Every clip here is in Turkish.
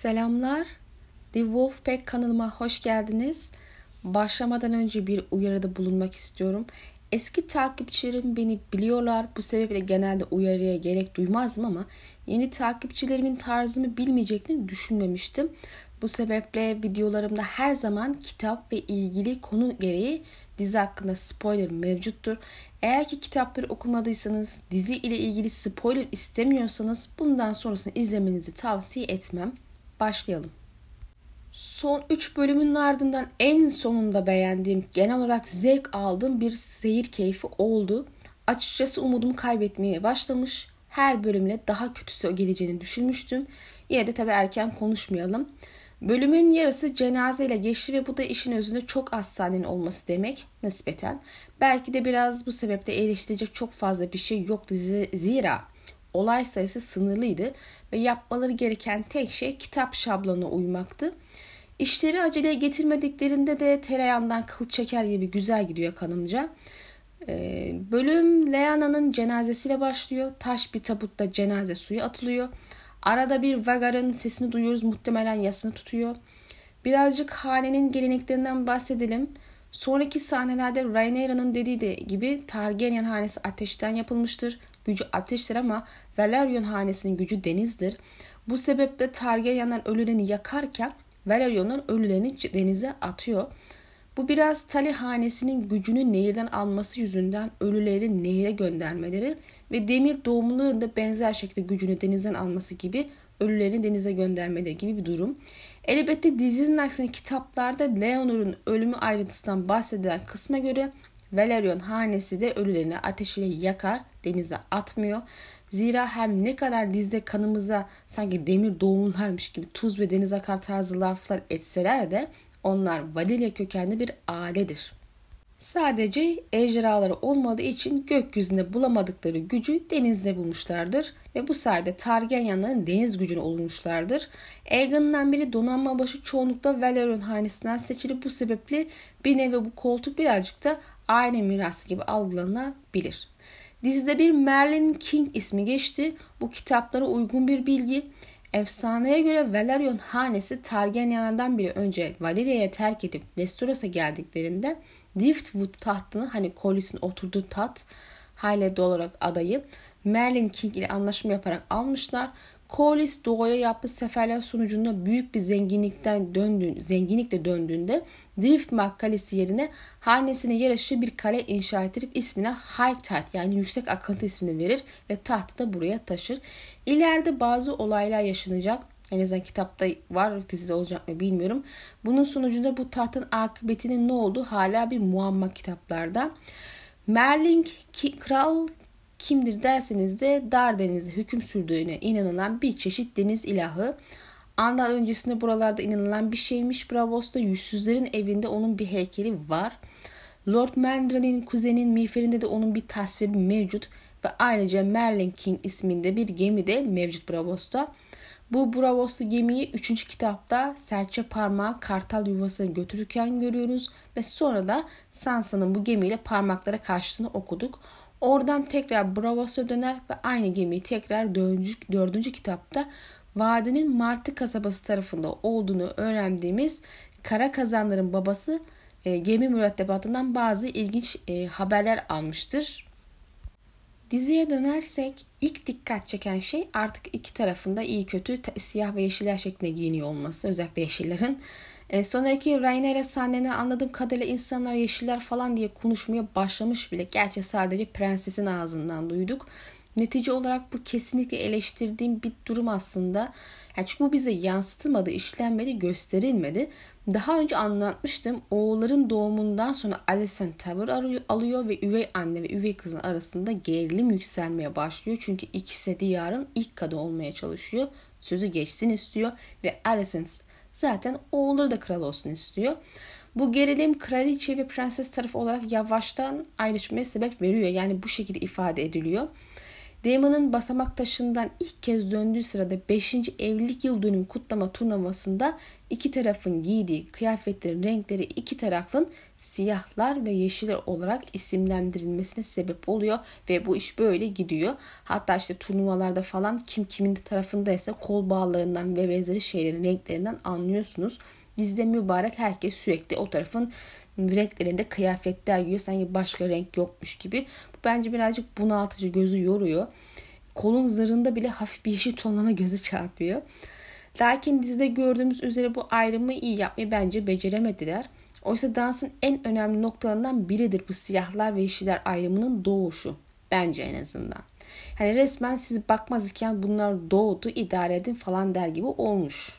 Selamlar. The Wolfpack kanalıma hoş geldiniz. Başlamadan önce bir uyarıda bulunmak istiyorum. Eski takipçilerim beni biliyorlar. Bu sebeple genelde uyarıya gerek duymazdım ama yeni takipçilerimin tarzımı bilmeyeceklerini düşünmemiştim. Bu sebeple videolarımda her zaman kitap ve ilgili konu gereği dizi hakkında spoiler mevcuttur. Eğer ki kitapları okumadıysanız, dizi ile ilgili spoiler istemiyorsanız bundan sonrasını izlemenizi tavsiye etmem. Başlayalım. Son 3 bölümün ardından en sonunda beğendiğim, genel olarak zevk aldığım bir seyir keyfi oldu. Açıkçası umudumu kaybetmeye başlamış. Her bölümle daha kötüsü geleceğini düşünmüştüm. Yine de tabii erken konuşmayalım. Bölümün yarısı cenazeyle geçti ve bu da işin özünde çok az sahnenin olması demek nispeten. Belki de biraz bu sebeple eleştirecek çok fazla bir şey yoktu. Zira olay sayısı sınırlıydı ve yapmaları gereken tek şey kitap şablonuna uymaktı. İşleri aceleye getirmediklerinde de tereyağından kıl çeker gibi güzel gidiyor kanımca. Bölüm Leana'nın cenazesiyle başlıyor. Taş bir tabutta cenaze suya atılıyor. Arada bir Vagar'ın sesini duyuyoruz, muhtemelen yasını tutuyor. Birazcık hanenin geleneklerinden bahsedelim. Sonraki sahnelerde Rhaenyra'nın dediği gibi Targaryen hanesi ateşten yapılmıştır. Gücü ateştir ama Velaryon hanesinin gücü denizdir. Bu sebeple Targaryenler ölülerini yakarken Velaryonlar ölülerini denize atıyor. Bu biraz Tali hanesinin gücünü nehirden alması yüzünden ölüleri nehire göndermeleri ve demir doğumluların da benzer şekilde gücünü denizden alması gibi ölülerini denize göndermeleri gibi bir durum. Elbette dizinin aksine kitaplarda Leonor'un ölümü ayrıntısından bahsedilen kısma göre Velaryon hanesi de ölülerini ateş ile yakar, denize atmıyor. Zira hem ne kadar dizide kanımıza sanki demir doğumlularmış gibi tuz ve deniz akar tarzı laflar etseler de onlar Valyria kökenli bir ailedir. Sadece ejderhaları olmadığı için gökyüzünde bulamadıkları gücü denizde bulmuşlardır ve bu sayede Targaryenlerin deniz gücünü olmuşlardır. Aegon'dan biri donanma başı çoğunlukla Velaryon hanesinden seçilip bu sebeple bir nevi bu koltuk birazcık da aile mirası gibi algılanabilir. Dizide bir Merlin King ismi geçti. Bu kitaplara uygun bir bilgi. Efsaneye göre Velaryon hanesi Targaryenlerden biri önce Valyria'ya terk edip Westeros'a geldiklerinde Driftwood tahtını, hani Corlys'in oturduğu taht, Highlander olarak adayı Merlin King ile anlaşma yaparak almışlar. Corlys doğuya yaptığı seferler sonucunda büyük bir zenginlikle döndüğünde Driftmark Kalesi yerine hanesine yaraşır bir kale inşa edip ismine High Tide, yani yüksek akıntı ismini verir ve tahtı da buraya taşır. İleride bazı olaylar yaşanacak. En azından kitapta var, dizide olacak mı bilmiyorum. Bunun sonucunda bu tahtın akıbetinin ne olduğu hala bir muamma kitaplarda. Merlin kral kimdir derseniz de Dardeniz'e hüküm sürdüğüne inanılan bir çeşit deniz ilahı. Andal öncesinde buralarda inanılan bir şeymiş. Braavos'ta yüzsüzlerin evinde onun bir heykeli var. Lord Mandral'in kuzenin miğferinde de onun bir tasviri mevcut ve ayrıca Merlin King isminde bir gemi de mevcut Braavos'ta. Bu Braavos'lu gemiyi 3. kitapta serçe parmağı kartal yuvasına götürürken görüyoruz ve sonra da Sansa'nın bu gemiyle parmaklara kaçtığını okuduk. Oradan tekrar Braavos'a döner ve aynı gemiyi tekrar 4. kitapta vadinin Martı kasabası tarafında olduğunu öğrendiğimiz Kara Kazanların babası gemi mürettebatından bazı ilginç haberler almıştır. Diziye dönersek ilk dikkat çeken şey artık iki tarafında iyi kötü siyah ve yeşiller şeklinde giyiniyor olması, özellikle yeşillerin. Sonraki Rhaenyra sahnelerine anladığım kadarıyla insanlar yeşiller falan diye konuşmaya başlamış bile. Gerçi sadece prensesin ağzından duyduk. Netice olarak bu kesinlikle eleştirdiğim bir durum aslında. Yani çünkü bu bize yansıtılmadı, işlenmedi, gösterilmedi. Daha önce anlatmıştım. Oğulların doğumundan sonra Alicent tavır alıyor ve üvey anne ve üvey kızın arasında gerilim yükselmeye başlıyor. Çünkü ikisi de yarın ilk kadın olmaya çalışıyor. Sözü geçsin istiyor ve Alicent zaten oğulları da kral olsun istiyor. Bu gerilim kraliçe ve prenses tarafı olarak yavaştan ayrışmaya sebep veriyor. Yani bu şekilde ifade ediliyor. Damon'ın basamak taşından ilk kez döndüğü sırada 5. evlilik yıl dönümü kutlama turnuvasında iki tarafın giydiği kıyafetlerin renkleri iki tarafın siyahlar ve yeşiller olarak isimlendirilmesine sebep oluyor ve bu iş böyle gidiyor. Hatta işte turnuvalarda falan kim kimin tarafındaysa kol bağlarından ve benzeri şeylerin renklerinden anlıyorsunuz. Bizde mübarek herkes sürekli o tarafın renklerinde kıyafetler giyiyor. Sanki başka renk yokmuş gibi. Bu bence birazcık bunaltıcı, gözü yoruyor. Kolun zırhında bile hafif bir yeşil tonlama gözü çarpıyor. Lakin dizide gördüğümüz üzere bu ayrımı iyi yapmayı bence beceremediler. Oysa dansın en önemli noktalarından biridir bu siyahlar ve yeşiller ayrımının doğuşu. Bence en azından. Hani resmen siz bakmaz iken bunlar doğdu, idare edin falan der gibi olmuş.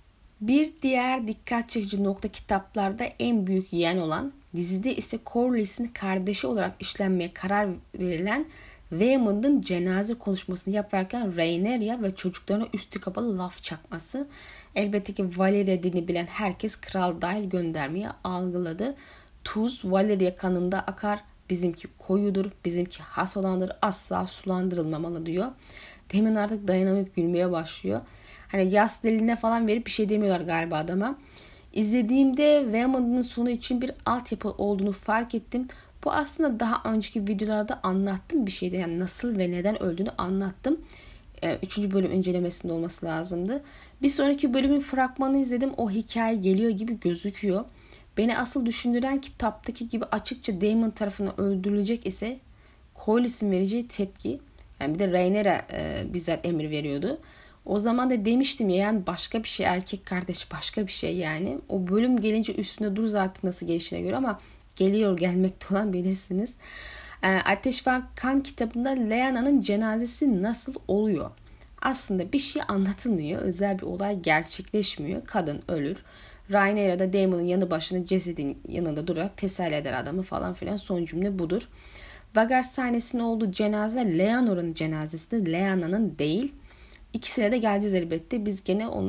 Bir diğer dikkat çekici nokta kitaplarda en büyük yeğen olan, dizide ise Corliss'in kardeşi olarak işlenmeye karar verilen Waymond'ın cenaze konuşmasını yaparken Rhaenyra ve çocuklarına üstü kapalı laf çakması. Elbette ki Valyria dilini bilen herkes kral dahil göndermeyi algıladı. Tuz Valyria kanında akar, bizimki koyudur, bizimki has olandır, asla sulandırılmamalı diyor. Daemon artık dayanamayıp gülmeye başlıyor. Hani yas diline falan verip bir şey demiyorlar galiba adama. İzlediğimde Waymond'ın sonu için bir altyapı olduğunu fark ettim. Bu aslında daha önceki videolarda anlattığım bir şeydi. Yani nasıl ve neden öldüğünü anlattım. 3. bölüm incelemesinde olması lazımdı. Bir sonraki bölümün fragmanını izledim. O hikaye geliyor gibi gözüküyor. Beni asıl düşündüren kitaptaki gibi açıkça Daemon tarafından öldürülecek ise Corlys'in vereceği tepki. Yani bir de Rhaenyra bizzat emir veriyordu. O zaman da demiştim ya, yani başka bir şey, erkek kardeş başka bir şey yani. O bölüm gelince üstünde dur zaten nasıl gelişine göre, ama geliyor, gelmekte olan bilirsiniz. Ateş ve Kan kitabında Lyanna'nın cenazesi nasıl oluyor? Aslında bir şey anlatılmıyor. Özel bir olay gerçekleşmiyor. Kadın ölür. Rhaenyra da Daemon'un yanı başında cesedin yanında durarak teselli eder adamı falan filan. Son cümle budur. Vhagar sahnesinin olduğu cenaze Leonor'un cenazesidir. Lyana'nın değil. İkisine de geleceğiz elbette. Biz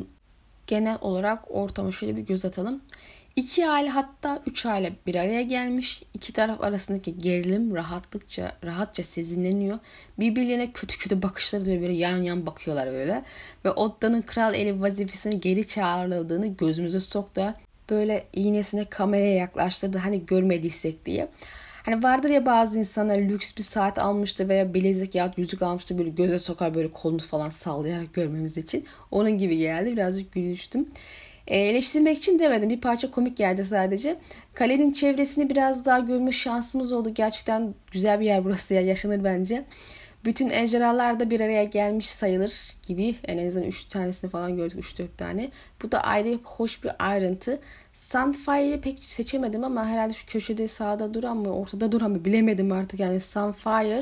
genel olarak ortama şöyle bir göz atalım. 2 aile, hatta 3 aile bir araya gelmiş. İki taraf arasındaki gerilim rahatça sezinleniyor. Birbirlerine kötü kötü bakışları da böyle yan yan bakıyorlar böyle. Ve Otto'nun kral eli vazifesini geri çağrıldığını gözümüze soktu. Böyle iğnesine kameraya yaklaştırdı, hani görmediysek diye. Hani vardır ya, bazı insanlar lüks bir saat almıştır veya bilezik ya yüzük almıştır, böyle göze sokar böyle kolunu falan sallayarak görmemiz için. Onun gibi geldi. Birazcık gülüştüm. Eleştirmek için demedim. Bir parça komik geldi sadece. Kalenin çevresini biraz daha görme şansımız oldu. Gerçekten güzel bir yer burası ya. Yaşanır bence. Bütün ejderhalar da bir araya gelmiş sayılır gibi. En azından 3 tanesini falan gördük. 3-4 tane. Bu da ayrı hoş bir ayrıntı. Sunfire'ı pek seçemedim ama herhalde şu köşede sağda duran mı, ortada duran mı bilemedim artık. Yani Sunfire,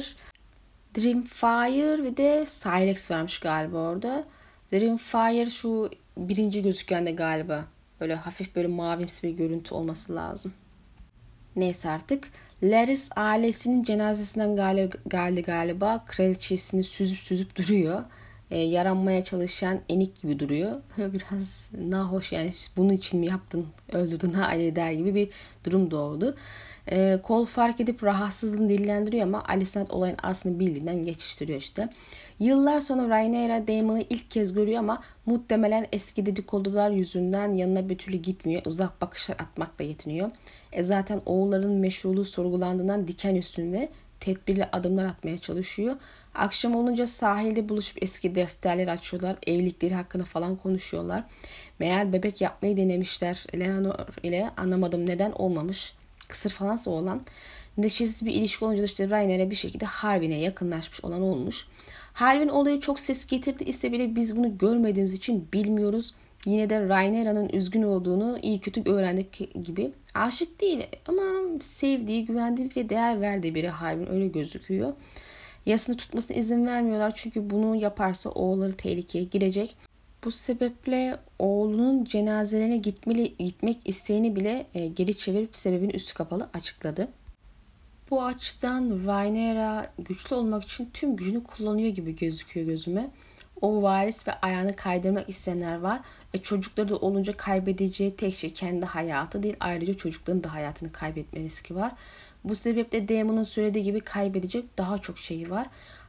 Dreamfire ve de Syrex varmış galiba orada. Dreamfire şu birinci gözüken de galiba. Böyle hafif böyle mavimsi bir görüntü olması lazım. Neyse artık. Larys ailesinin cenazesinden geldi galiba. Kraliçesini süzüp duruyor. Yaranmaya çalışan enik gibi duruyor. Biraz nahoş, yani bunun için mi yaptın, öldürdün aile der gibi bir durum doğdu. Kol fark edip rahatsızlığını dillendiriyor ama Alicent olayın aslında bildiğinden geçiştiriyor işte. Yıllar sonra Rhaenyra Daemon'u ilk kez görüyor ama muhtemelen eski dedikodular yüzünden yanına bir türlü gitmiyor. Uzak bakışlar atmakla yetiniyor. Zaten oğulların meşruluğu sorgulandığından diken üstünde tedbirli adımlar atmaya çalışıyor. Akşam olunca sahilde buluşup eski defterleri açıyorlar. Evlilikleri hakkında falan konuşuyorlar. Meğer bebek yapmayı denemişler. Eleanor ile, anlamadım neden olmamış. Kısır falansa olan. Neşesiz bir ilişki olunca da işte Rhaenyra bir şekilde Harwin'e yakınlaşmış olan olmuş. Harwin olayı çok ses getirdi ise bile biz bunu görmediğimiz için bilmiyoruz. Yine de Rhaenyra'nın üzgün olduğunu iyi kötü öğrendik gibi. Aşık değil ama sevdiği, güvendiği ve değer verdiği biri Harwin, öyle gözüküyor. Yasını tutmasına izin vermiyorlar çünkü bunu yaparsa oğulları tehlikeye girecek. Bu sebeple oğlunun cenazelerine gitmek isteğini bile geri çevirip sebebini üstü kapalı açıkladı. Bu açıdan Rhaenyra güçlü olmak için tüm gücünü kullanıyor gibi gözüküyor gözüme. O varis ve ayağını kaydırmak isteyenler var. Çocukları da olunca kaybedeceği tek şey kendi hayatı değil, ayrıca çocukların da hayatını kaybetme riski var. Bu sebeple Daemon'un söylediği gibi kaybedecek daha çok şeyi var.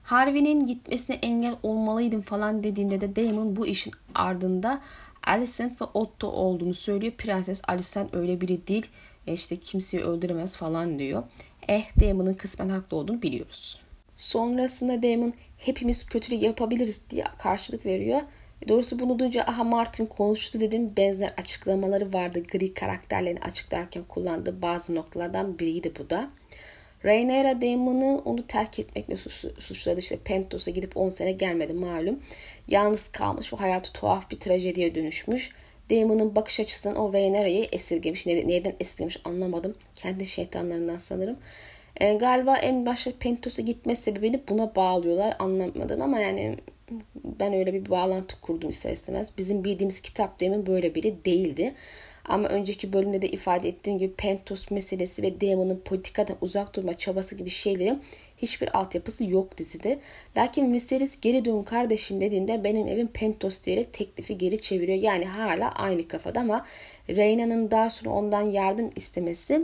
Harvey'nin gitmesine engel olmalıydım falan dediğinde de Damon bu işin ardında Alicent ve Otto olduğunu söylüyor. Prenses Alicent öyle biri değil. İşte kimseyi öldüremez falan diyor. Damon'ın kısmen haklı olduğunu biliyoruz. Sonrasında Damon hepimiz kötülük yapabiliriz diye karşılık veriyor. Doğrusu bunu duyunca aha Martin konuştu dedim. Benzer açıklamaları vardı. Gri karakterlerini açıklarken kullandığı bazı noktalardan biriydi bu da. Rhaenyra Daemon'u onu terk etmekle suçladı. İşte Pentos'a gidip 10 sene gelmedi malum. Yalnız kalmış ve hayatı tuhaf bir trajediye dönüşmüş. Daemon'un bakış açısından o Rhaenyra'yı esirgemiş. Neden esirgemiş anlamadım. Kendi şeytanlarından sanırım. Galiba en başta Pentos'a gitme sebebini buna bağlıyorlar. Anlamadım ama yani ben öyle bir bağlantı kurdum ister istemez. Bizim bildiğimiz kitap Daemon böyle biri değildi. Ama önceki bölümde de ifade ettiğim gibi Pentos meselesi ve Daemon'un politikadan uzak durma çabası gibi şeylerin hiçbir altyapısı yok dizide. Lakin Viserys geri dön kardeşim dediğinde benim evim Pentos diyerek teklifi geri çeviriyor. Yani hala aynı kafada ama Rhaenyra'nın daha sonra ondan yardım istemesi,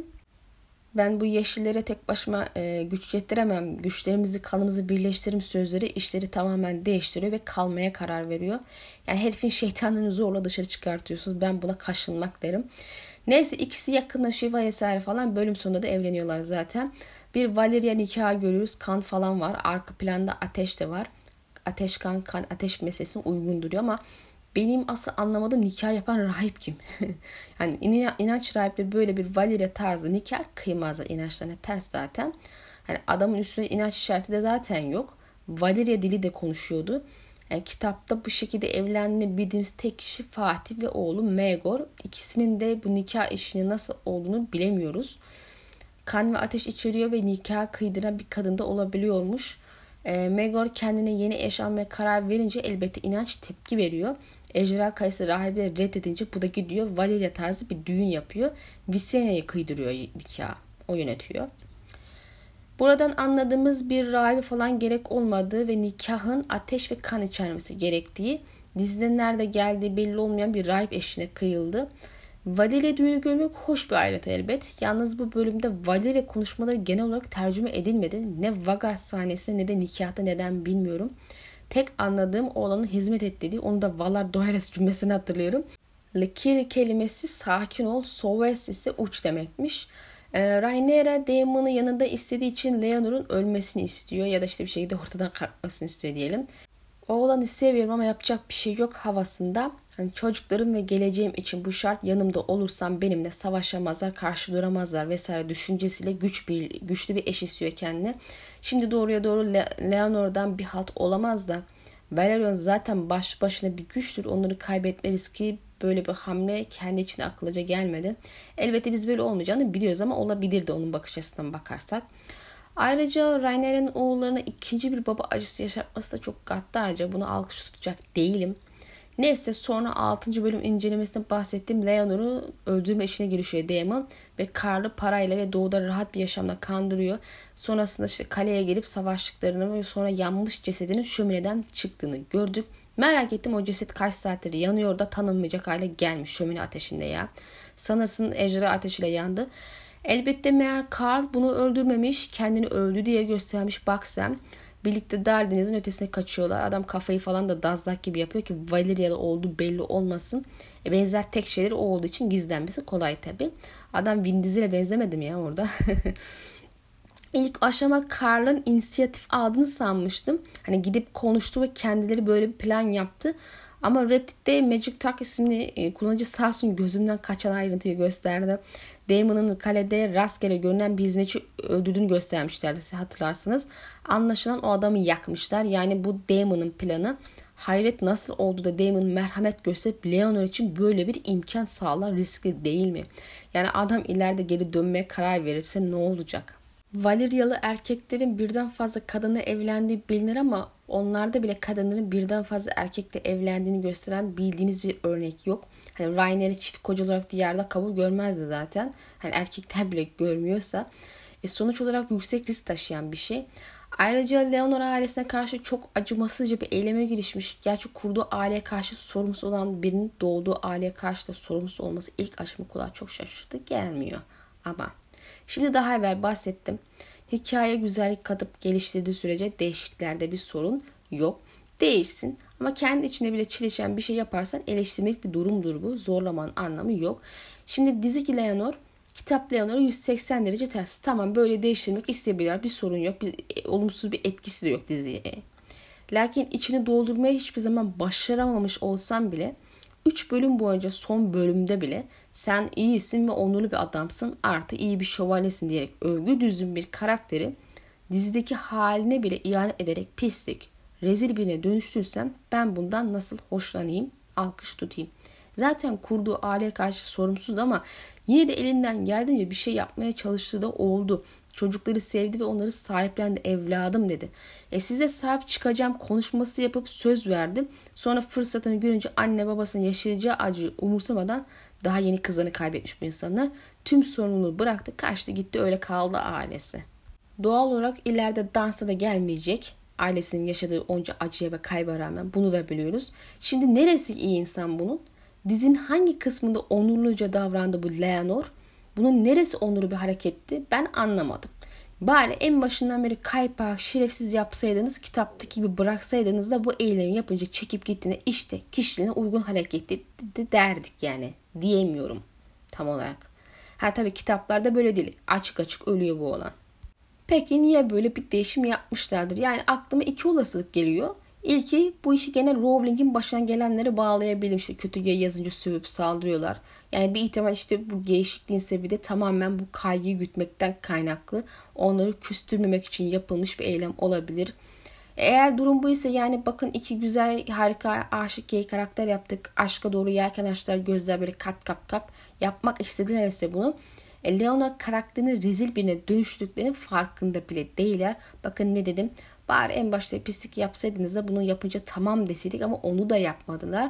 ben bu yeşillere tek başıma güç yetiremem, güçlerimizi kanımızı birleştirim sözleri işleri tamamen değiştiriyor ve kalmaya karar veriyor. Yani herifin şeytanını zorla dışarı çıkartıyorsunuz. Ben buna kaşınmak derim. Neyse ikisi yakınlaşıyor vesaire falan. Bölüm sonunda da evleniyorlar zaten. Bir Valyria nikahı görüyoruz. Kan falan var. Arka planda ateş de var. Ateş kan ateş meselesine uygun duruyor ama benim asıl anlamadığım nikah yapan rahip kim? Yani inanç rahipleri böyle bir Valyria tarzı nikah kıymazlar. İnançlarına ters zaten. Yani adamın üstüne inanç işareti de zaten yok. Valyria dili de konuşuyordu. Yani kitapta bu şekilde evlendiğini bildiğimiz tek kişi Fatih ve oğlu Maegor. İkisinin de bu nikah işini nasıl olduğunu bilemiyoruz. Kan ve ateş içeriyor ve nikah kıydıran bir kadın da olabiliyormuş. Maegor kendine yeni eş almaya karar verince elbette inanç tepki veriyor. Ejderha Kayısı rahipleri reddedince bu da gidiyor Valyria tarzı bir düğün yapıyor. Visenya'yı kıydırıyor nikah. O yönetiyor. Buradan anladığımız bir rahibe falan gerek olmadığı ve nikahın ateş ve kan içermesi gerektiği, dizide nerede geldiği belli olmayan bir rahip eşine kıyıldı. Valyria düğünü görmek hoş bir ayrıntı elbet. Yalnız bu bölümde Valyria konuşmaları genel olarak tercüme edilmedi. Ne Vhagar sahnesinde ne de nikahta, neden bilmiyorum. Tek anladığım oğlanın hizmet et dediği, onu da Valar Dohaeris cümlesini hatırlıyorum. Lekiri kelimesi sakin ol, Soves ise uç demekmiş. Rhaenyra Daemon'u yanında istediği için Leonor'un ölmesini istiyor ya da işte bir şekilde ortadan kalkmasını istiyor diyelim. Oğlanı seviyorum ama yapacak bir şey yok havasında. Hani çocuklarım ve geleceğim için bu şart, yanımda olursam benimle savaşamazlar, karşı duramazlar vesaire düşüncesiyle güçlü bir eş istiyor kendine. Şimdi doğruya doğru Leonor'dan bir halt olamaz da Valerion zaten başına bir güçtür. Onları kaybetme riski, böyle bir hamle kendi için akıllıca gelmedi. Elbette biz böyle olmayacağını biliyoruz ama olabilirdi onun bakış açısından bakarsak. Ayrıca Rhaenyra'nın oğullarına ikinci bir baba acısı yaşatması da çok gaddarca. Bunu alkış tutacak değilim. Neyse sonra 6. bölüm incelemesinde bahsettiğim Leonor'u öldürme işine girişiyor Daemon ve Karl'ı parayla ve doğuda rahat bir yaşamla kandırıyor. Sonrasında işte kaleye gelip savaştıklarını ve sonra yanmış cesedinin şömineden çıktığını gördük. Merak ettim o ceset kaç saattir yanıyor da tanınmayacak hale gelmiş şömine ateşinde ya. Sanırsın ejderha ateşiyle yandı. Elbette meğer Karl bunu öldürmemiş, kendini öldü diye göstermiş baksam. Birlikte Dardeniz'in ötesine kaçıyorlar. Adam kafayı falan da dazlak gibi yapıyor ki Valyria'da olduğu belli olmasın. Benzer tek şeyleri o olduğu için gizlenmesi kolay tabi. Adam Vin Diesel'e benzemedim ya orada. İlk aşama Karl'ın inisiyatif aldığını sanmıştım. Hani gidip konuştu ve kendileri böyle bir plan yaptı. Ama Reddit'te Magic Talk isimli kullanıcı sağ olsun gözümden kaçan ayrıntıyı gösterdi. Daemon'un kalede rastgele görünen bir hizmetçi öldürdüğünü göstermişlerdi hatırlarsanız. Anlaşılan o adamı yakmışlar. Yani bu Daemon'un planı. Hayret, nasıl oldu da Daemon merhamet gösterip Leonor için böyle bir imkan sağlar, riskli değil mi? Yani adam ileride geri dönmeye karar verirse ne olacak? Valyrialı erkeklerin birden fazla kadınla evlendiği bilinir ama onlarda bile kadınların birden fazla erkekle evlendiğini gösteren bildiğimiz bir örnek yok. Hani Rhaenyra'yı çift koca olarak diyarda kabul görmezdi zaten. Hani erkekler bile görmüyorsa. Sonuç olarak yüksek risk taşıyan bir şey. Ayrıca Leonor ailesine karşı çok acımasızca bir eyleme girişmiş. Gerçi kurduğu aileye karşı sorumlusu olan birinin doğduğu aileye karşı da sorumlusu olması ilk aşama kulağa çok şaşırtıcı gelmiyor. Ama şimdi daha evvel bahsettim. Hikaye güzellik katıp geliştirdiği sürece değişikliklerde bir sorun yok. Değişsin ama kendi içinde bile çelişen bir şey yaparsan eleştirmek bir durumdur bu. Zorlamanın anlamı yok. Şimdi dizi Leonor, kitap Leonor'a 180 derece ters. Tamam, böyle değiştirmek isteyebilirler. Bir sorun yok. Olumsuz bir etkisi de yok diziye. Lakin içini doldurmaya hiçbir zaman başaramamış olsam bile 3 bölüm boyunca son bölümde bile sen iyisin ve onurlu bir adamsın artı iyi bir şövalyesin diyerek övgü düzgün bir karakteri dizideki haline bile ihanet ederek pislik, rezil birine dönüştürsem ben bundan nasıl hoşlanayım, alkış tutayım. Zaten kurduğu aileye karşı sorumsuzdu ama yine de elinden geldiğince bir şey yapmaya çalıştığı da oldu. Çocukları sevdi ve onları sahiplendi, evladım dedi. Size sahip çıkacağım konuşması yapıp söz verdim. Sonra fırsatını görünce anne babasının yaşayacağı acıyı umursamadan daha yeni kızını kaybetmiş bir insanlar tüm sorumluluğu bıraktı, kaçtı gitti, öyle kaldı ailesi. Doğal olarak ileride dansa da gelmeyecek. Ailesinin yaşadığı onca acıya ve kayba rağmen bunu da biliyoruz. Şimdi neresi iyi insan bunun? Dizinin hangi kısmında onurluca davrandı bu Leonor? Bunun neresi onurlu bir hareketti? Ben anlamadım. Bari en başından beri kaypak, şerefsiz yapsaydınız, kitaptaki gibi bıraksaydınız da bu eylemi yapınca çekip gittiğinde işte kişiliğine uygun hareket etti derdik yani. Diyemiyorum tam olarak. Tabii kitaplarda böyle değil. Açık açık ölüyor bu olan. Peki niye böyle bir değişim yapmışlardır? Yani aklıma iki olasılık geliyor. İlki, bu işi gene Rowling'in başına gelenlere bağlayabilirim. İşte kötüye yazınca sövüp saldırıyorlar. Yani bir ihtimal işte bu değişikliğin sebebi de tamamen bu kaygıyı gütmekten kaynaklı. Onları küstürmemek için yapılmış bir eylem olabilir. Eğer durum bu ise yani bakın iki güzel harika aşık gay karakter yaptık. Aşka doğru yelken açtılar, gözler böyle kap kap kap yapmak istedilerse bunu. Leonor karakterini rezil birine dönüştüklerinin farkında bile değiller. Bakın ne dedim. Bari en başta pislik yapsaydınız da bunu yapınca tamam deseydik ama onu da yapmadılar.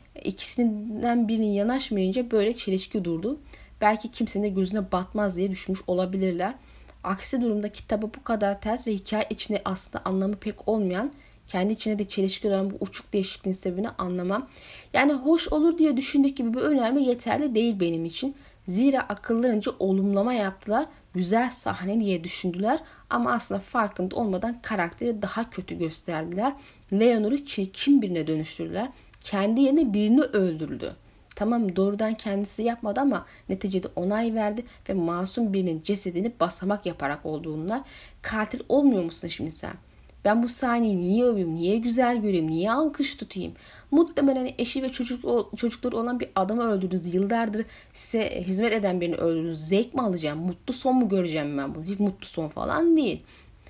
İkisinden birinin yanaşmayınca böyle çelişki durdu. Belki kimsenin de gözüne batmaz diye düşünmüş olabilirler. Aksi durumda kitaba bu kadar ters ve hikaye içinde aslında anlamı pek olmayan, kendi içine de çelişki olan bu uçuk değişikliğin sebebini anlamam. Yani hoş olur diye düşündük gibi bir önerme yeterli değil benim için. Zira akıllarınca olumlama yaptılar. Güzel sahne diye düşündüler ama aslında farkında olmadan karakteri daha kötü gösterdiler. Leonor'u çirkin birine dönüştürdüler. Kendi yerine birini öldürdü. Tamam, doğrudan kendisi yapmadı ama neticede onay verdi ve masum birinin cesedini basamak yaparak olduğundan katil olmuyor musun şimdi sen? Ben bu sahneyi niye öveyim, niye güzel göreyim, niye alkış tutayım? Muhtemelen eşi ve çocukları olan bir adamı öldürdünüz. Yıllardır size hizmet eden birini öldürdünüz. Zevk mi alacağım? Mutlu son mu göreceğim ben bunu? Hiç mutlu son falan değil.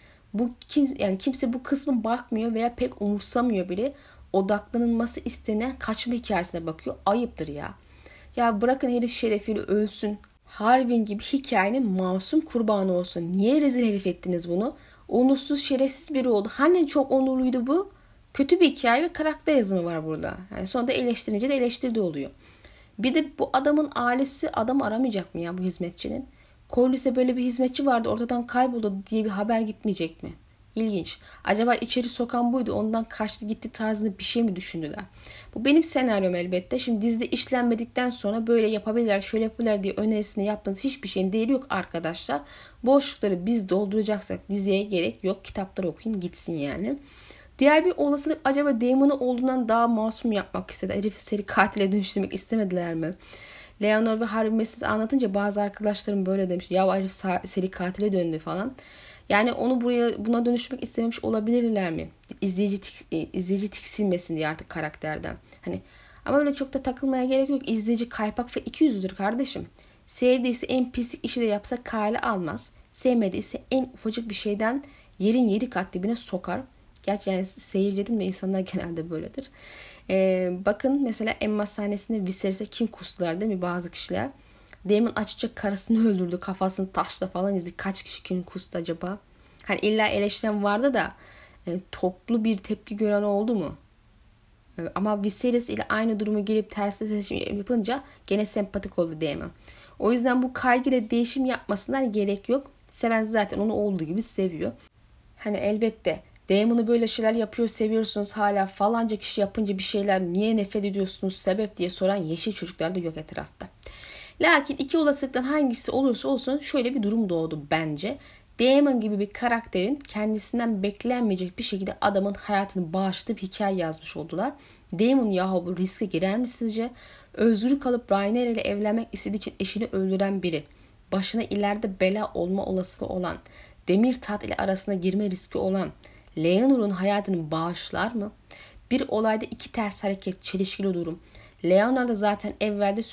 Kimse bu kısmı bakmıyor veya pek umursamıyor bile. Odaklanılması istenen kaçma hikayesine bakıyor. Ayıptır ya. Ya bırakın herif şerefiyle ölsün. Harvin gibi hikayenin masum kurbanı olsun. Niye rezil herif ettiniz bunu? Onursuz, şerefsiz biri oldu. Hani çok onurluydu bu? Kötü bir hikaye ve karakter yazımı var burada. Yani sonunda eleştirince de eleştirdi oluyor. Bir de bu adamın ailesi adam aramayacak mı ya, bu hizmetçinin? Corlys'e böyle bir hizmetçi vardı, ortadan kayboldu diye bir haber gitmeyecek mi? İlginç. Acaba içeri sokan buydu, ondan kaçtı gitti tarzında bir şey mi düşündüler? Bu benim senaryom elbette. Şimdi dizide işlenmedikten sonra böyle yapabilirler, şöyle yapabilirler diye önerisini yaptığınız hiçbir şeyin değeri yok arkadaşlar. Boşlukları biz dolduracaksak diziye gerek yok. Kitapları okuyun gitsin yani. Diğer bir olasılık, acaba Daemon'u olduğundan daha masum yapmak istedi. Herifi seri katile dönüştürmek istemediler mi? Leonor ve Harvey meselesi anlatınca bazı arkadaşlarım böyle demiş. Ya herif seri katile döndü falan. Yani onu buna dönüşmek istememiş olabilirler mi? İzleyici tiksinmesin diye artık karakterden. Ama öyle çok da takılmaya gerek yok. İzleyici kaypak ve ikiyüzlüdür kardeşim. Sevdiyse en pislik işi de yapsa kale almaz. Sevmediyse en ufacık bir şeyden yerin 7 kat dibine sokar. Gerçi yani seyirci dedim de insanlar genelde böyledir. Bakın mesela Emma sahnesinde Viserys'e kin kustular değil mi bazı kişiler? Daemon açıkça karısını öldürdü. Kafasını taşla falan izledi. Kaç kişi kin kustu acaba? İlla eleştiren vardı da toplu bir tepki gören oldu mu? Ama Viserys ile aynı durumu gelip tersine seçim yapınca gene sempatik oldu Daemon. O yüzden bu kaygıyla değişim yapmasına gerek yok. Seven zaten onu olduğu gibi seviyor. Elbette Daemon'u böyle şeyler yapıyor, seviyorsunuz hala falanca kişi yapınca bir şeyler niye nefret ediyorsunuz sebep diye soran yeşil çocuklar da yok etrafta. Lakin iki olasılıktan hangisi olursa olsun şöyle bir durum doğdu bence. Damon gibi bir karakterin kendisinden beklenmeyecek bir şekilde adamın hayatını bağışladığı bir hikaye yazmış oldular. Damon yahu bu riske girer mi sizce? Özgür kalıp Rainer ile evlenmek istediği için eşini öldüren biri. Başına ileride bela olma olasılığı olan, demir tat ile arasına girme riski olan Leonor'un hayatını bağışlar mı? Bir olayda iki ters hareket, çelişkili durum. Leonor da zaten evvelde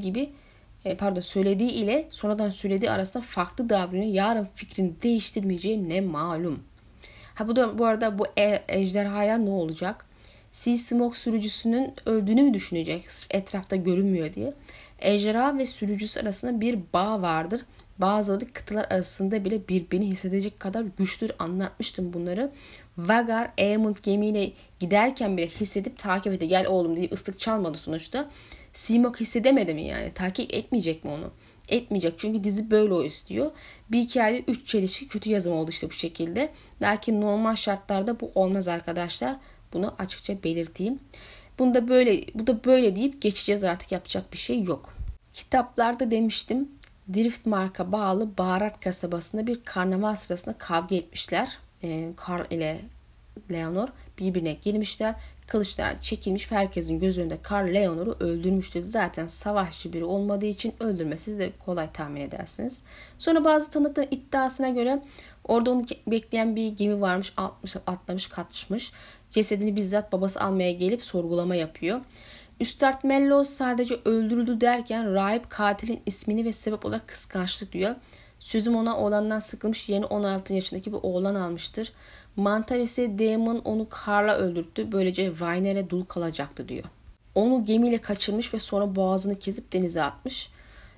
söylediği ile sonradan söylediği arasında farklı davranıyor. Yarın fikrini değiştirmeyeceği ne malum. Bu arada bu ejderhaya ne olacak? Sea Smoke sürücüsünün öldüğünü mü düşünecek? Etrafta görünmüyor diye. Ejderha ve sürücüsü arasında bir bağ vardır. Bazıları kıtalar arasında bile birbirini hissedecek kadar güçlüdür. Anlatmıştım bunları. Vhagar, Aemond gemiyle giderken bile hissedip takip etti. Gel oğlum deyip ıslık çalmadı sonuçta. Smoke hissedemedi mi yani? Takip etmeyecek mi onu? Etmeyecek çünkü dizi böyle o istiyor. Bir hikayede 3 çelişki kötü yazım oldu işte bu şekilde. Lakin normal şartlarda bu olmaz arkadaşlar. Bunu açıkça belirteyim. Bu da böyle deyip geçeceğiz, artık yapacak bir şey yok. Kitaplarda demiştim. Driftmark'a bağlı Baharat kasabasında bir karnaval sırasında kavga etmişler. Karl ile Leonor birbirine girmişler. Kılıçlar çekilmiş ve herkesin göz önünde Karl Leonor'u öldürmüştür. Zaten savaşçı biri olmadığı için öldürmesi de kolay tahmin edersiniz. Sonra bazı tanıkların iddiasına göre orada onu bekleyen bir gemi varmış, atlamış kaçmış. Cesedini bizzat babası almaya gelip sorgulama yapıyor. Üstad Mello sadece öldürüldü derken rahip katilin ismini ve sebep olarak kıskançlık diyor. Sözüm ona oğlandan sıkılmış, yeni 16 yaşındaki bir oğlan almıştır. Mantar ise Damon onu Karl'a öldürttü. Böylece Rainer'e dul kalacaktı diyor. Onu gemiyle kaçırmış ve sonra boğazını kesip denize atmış.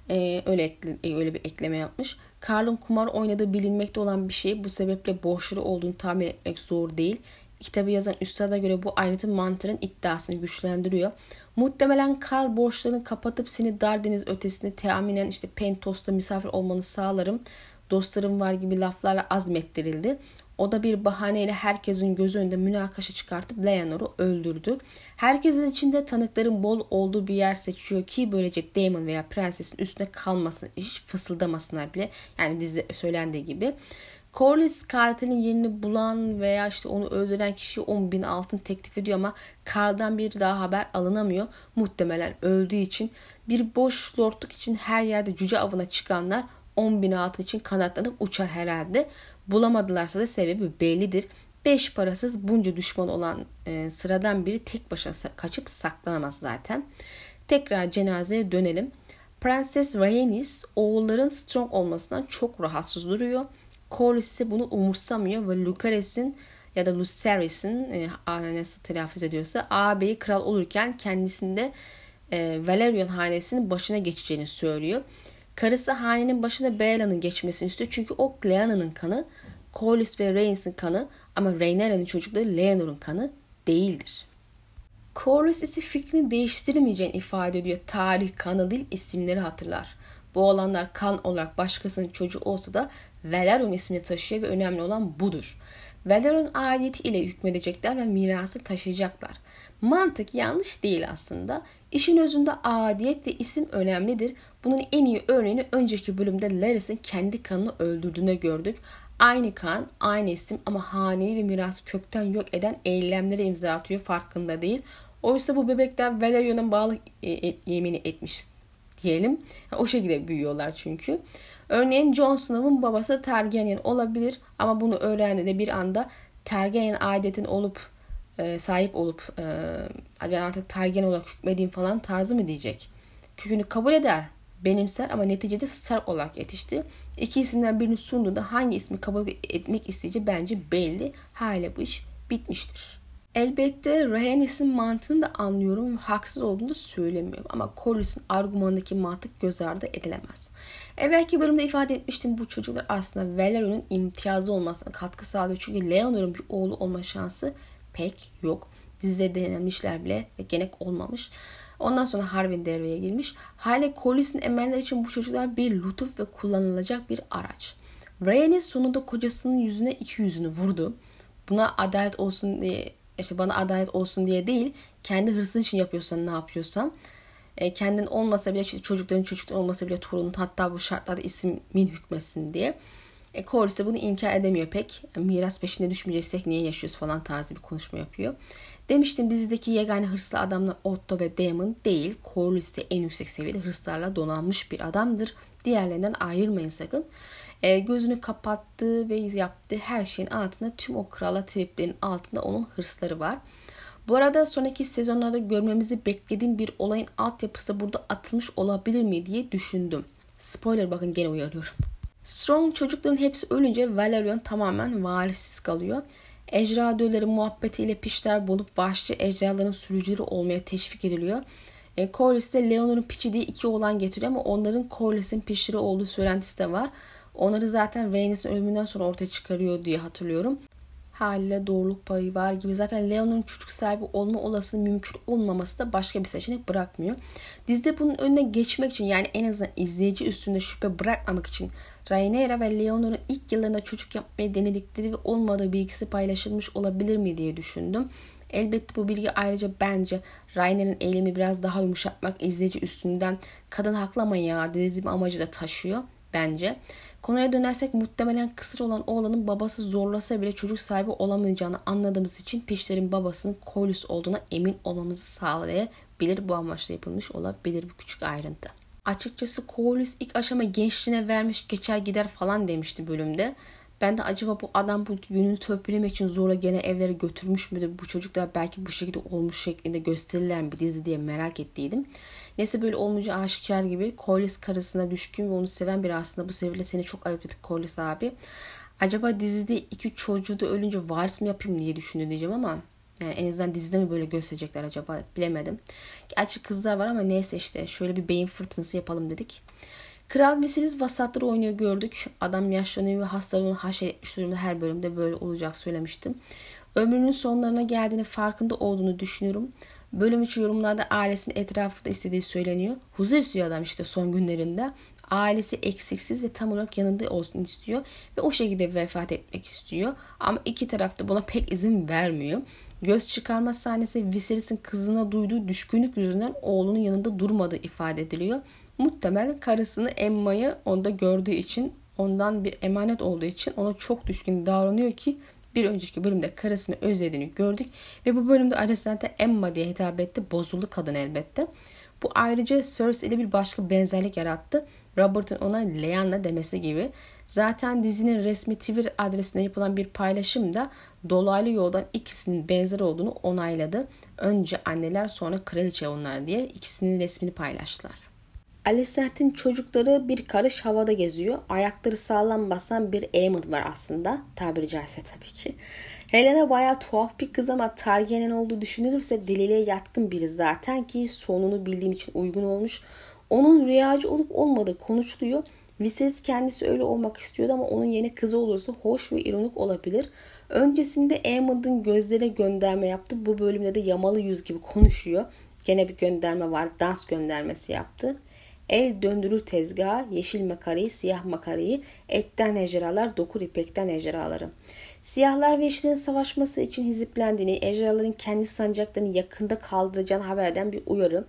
Öyle bir ekleme yapmış. Karl'ın kumar oynadığı bilinmekte olan bir şey. Bu sebeple borçları olduğunu tahmin etmek zor değil. Kitabı yazan üstada göre bu ayrıntı Mantar'ın iddiasını güçlendiriyor. Muhtemelen Karl borçlarını kapatıp seni dar deniz ötesinde teaminen işte Pentos'ta misafir olmanı sağlarım, dostlarım var gibi laflarla azmettirildi. O da bir bahaneyle herkesin gözü önünde münakaşa çıkartıp Leonor'u öldürdü. Herkesin içinde tanıkların bol olduğu bir yer seçiyor ki böylece Damon veya prensesin üstüne kalmasın, hiç fısıldamasınlar bile. Yani dizide söylendiği gibi. Corlys katilin yerini bulan veya işte onu öldüren kişiye 10.000 altın teklif ediyor ama Karl'dan bir daha haber alınamıyor. Muhtemelen öldüğü için bir boş lordluk için her yerde cüce avına çıkanlar 10.000 altın için kanatlanıp uçar herhalde. Bulamadılarsa da sebebi bellidir. 5 parasız bunca düşman olan sıradan biri tek başına kaçıp saklanamaz zaten. Tekrar cenazeye dönelim. Prenses Rhaenys oğulların Strong olmasından çok rahatsız duruyor. Corlys ise bunu umursamıyor ve Lucerys'in ya da Lucerys'in nasıl telaffuz ediyorsa ağabeyi kral olurken kendisinde Valerion hanesinin başına geçeceğini söylüyor. Karısı hanenin başına Baela'nın geçmesini istiyor. Çünkü o Lyanna'nın kanı, Corlys ve Rhaenys'in kanı ama Rhaenyra'nın çocukları Leonor'un kanı değildir. Corlys ise fikrini değiştirmeyeceğini ifade ediyor. Tarih, kanı değil, isimleri hatırlar. Bu olanlar kan olarak başkasının çocuğu olsa da Valerion ismini taşıyor ve önemli olan budur. Valerion adeti ile hükmedecekler ve mirası taşıyacaklar. Mantık yanlış değil aslında. İşin özünde adiyet ve isim önemlidir. Bunun en iyi örneğini önceki bölümde Larys'in kendi kanını öldürdüğüne gördük. Aynı kan, aynı isim ama haneyi ve mirası kökten yok eden eylemlere imza atıyor, farkında değil. Oysa bu bebekler Valerion'a bağlı yemini etmiş diyelim. O şekilde büyüyorlar çünkü. Örneğin Jon Snow'un babası Targaryen olabilir ama bunu öğrendiğinde bir anda Targaryen adetin sahip olup ben artık Targaryen olarak hükmedeyim falan tarzı mı diyecek. Kökünü kabul eder, benimser ama neticede Stark olarak yetişti. İki isimden birini sunduğunda hangi ismi kabul etmek isteyeceği bence belli. Hala bu iş bitmiştir. Elbette Rhaenys'in mantığını da anlıyorum. Haksız olduğunu da söylemiyorum. Ama Corlys'in argümanındaki mantık göz ardı edilemez. Evvelki bölümde ifade etmiştim, bu çocuklar aslında Valerion'un imtiyazı olmasına katkı sağlıyor. Çünkü Leonor'un bir oğlu olma şansı pek yok. Dizide denemişler bile ve gene olmamış. Ondan sonra Harwin devreye girmiş. Hala Corlys'in emelleri için bu çocuklar bir lütuf ve kullanılacak bir araç. Rhaenys sonunda kocasının yüzüne 2 yüzünü vurdu. Buna adalet olsun diye, işte bana adalet olsun diye değil, kendi hırsın için yapıyorsan ne yapıyorsan, kendin olmasa bile çocukların olmasa bile torunun, hatta bu şartlarda ismin hükmetsin diye. Corlys de bunu inkar edemiyor pek. Miras peşinde düşmeyeceksek niye yaşıyoruz falan tarzı bir konuşma yapıyor. Demiştim dizideki yegane hırslı adamlar Otto ve Daemon değil. Corlys de en yüksek seviyede hırslarla donanmış bir adamdır. Diğerlerinden ayırmayın sakın. Gözünü kapattığı ve yaptığı her şeyin altında tüm o krala triplerin altında onun hırsları var. Bu arada sonraki sezonlarda görmemizi beklediğim bir olayın altyapısı da burada atılmış olabilir mi diye düşündüm. Spoiler bakın gene uyarıyorum. Strong çocukların hepsi ölünce Valerion tamamen varissiz kalıyor. Ejderha dölleri muhabbetiyle pişler bulup vahşi ejderhaların sürücüleri olmaya teşvik ediliyor. Corlys de Leonor'un piçi diye 2 oğlan getiriyor ama onların Corlys'in pişleri olduğu söylentisi de var. Onları zaten Rhaenys'in ölümünden sonra ortaya çıkarıyor diye hatırlıyorum. Haliyle doğruluk payı var gibi. Zaten Leonor'un çocuk sahibi olma olasılığı mümkün olmaması da başka bir seçenek bırakmıyor. Dizide bunun önüne geçmek için yani en azından izleyici üstünde şüphe bırakmamak için Rhaenyra ve Leonor'un ilk yıllarında çocuk yapmayı denedikleri ve olmadığı bilgisi paylaşılmış olabilir mi diye düşündüm. Elbette bu bilgi ayrıca bence Rhaenyra'nın eylemi biraz daha yumuşatmak izleyici üstünden kadın haklı ama ya dediğim amacı da taşıyor bence. Konuya dönersek muhtemelen kısır olan oğlanın babası zorlasa bile çocuk sahibi olamayacağını anladığımız için Pişler'in babasının Corlys olduğuna emin olmamızı sağlayabilir. Bu amaçla yapılmış olabilir bu küçük ayrıntı. Açıkçası Corlys ilk aşama gençliğine vermiş geçer gider falan demişti bölümde. Ben de acaba bu adam bu yönünü törpülemek için zorla gene evlere götürmüş müdür? Bu çocuklar belki bu şekilde olmuş şeklinde gösterirler mi dizi diye merak ettiydim. Neyse böyle olmayacağı aşikar gibi. Corlys karısına düşkün ve onu seven biri aslında. Bu sebeple seni çok ayıp ettik Corlys abi. Acaba dizide 2 çocuğu da ölünce varis mi yapayım diye düşündü diyeceğim ama yani en azından dizide mi böyle gösterecekler acaba bilemedim. Gerçi kızlar var ama neyse işte şöyle bir beyin fırtınası yapalım dedik. Kral Viserys vasatları oynuyor gördük. Adam yaşlanıyor ve hastalığını haşetmiş durumda, her bölümde böyle olacak söylemiştim. Ömrünün sonlarına geldiğini farkında olduğunu düşünüyorum. Bölüm 3 yorumlarda ailesinin etrafında istediği söyleniyor. Huzur istiyor adam işte son günlerinde. Ailesi eksiksiz ve tam olarak yanında olsun istiyor. Ve o şekilde vefat etmek istiyor. Ama iki taraf da buna pek izin vermiyor. Göz çıkarma sahnesi Viserys'in kızına duyduğu düşkünlük yüzünden oğlunun yanında durmadığı ifade ediliyor. Muhtemelen karısını Emma'yı onda gördüğü için, ondan bir emanet olduğu için ona çok düşkün davranıyor ki bir önceki bölümde karısını özlediğini gördük ve bu bölümde Alicent'e Emma diye hitap etti. Bozuldu kadın elbette. Bu ayrıca Cersei ile bir başka benzerlik yarattı. Robert'ın ona Lyanna demesi gibi. Zaten dizinin resmi Twitter adresine yapılan bir paylaşım da dolaylı yoldan ikisinin benzer olduğunu onayladı. Önce anneler sonra kraliçe onlar diye ikisinin resmini paylaştılar. Alicent'in çocukları bir karış havada geziyor. Ayakları sağlam basan bir Aemond var aslında. Tabiri caizse tabii ki. Helena bayağı tuhaf bir kız ama Targaryen olduğu düşünülürse deliliğe yatkın biri zaten ki sonunu bildiğim için uygun olmuş. Onun rüyacı olup olmadığı konuşuluyor. Viserys kendisi öyle olmak istiyordu ama onun yeni kızı olursa hoş ve ironik olabilir. Öncesinde Aemond'un gözlerine gönderme yaptı. Bu bölümde de yamalı yüz gibi konuşuyor. Gene bir gönderme var. Dans göndermesi yaptı. El döndürür tezgaha, yeşil makarayı, siyah makarayı, etten ejderhalar, dokur ipekten ejderhaları. Siyahlar ve yeşillerin savaşması için hiziplendiğini, ejderhaların kendi sancaklarını yakında kaldıracağını haber eden bir uyarı.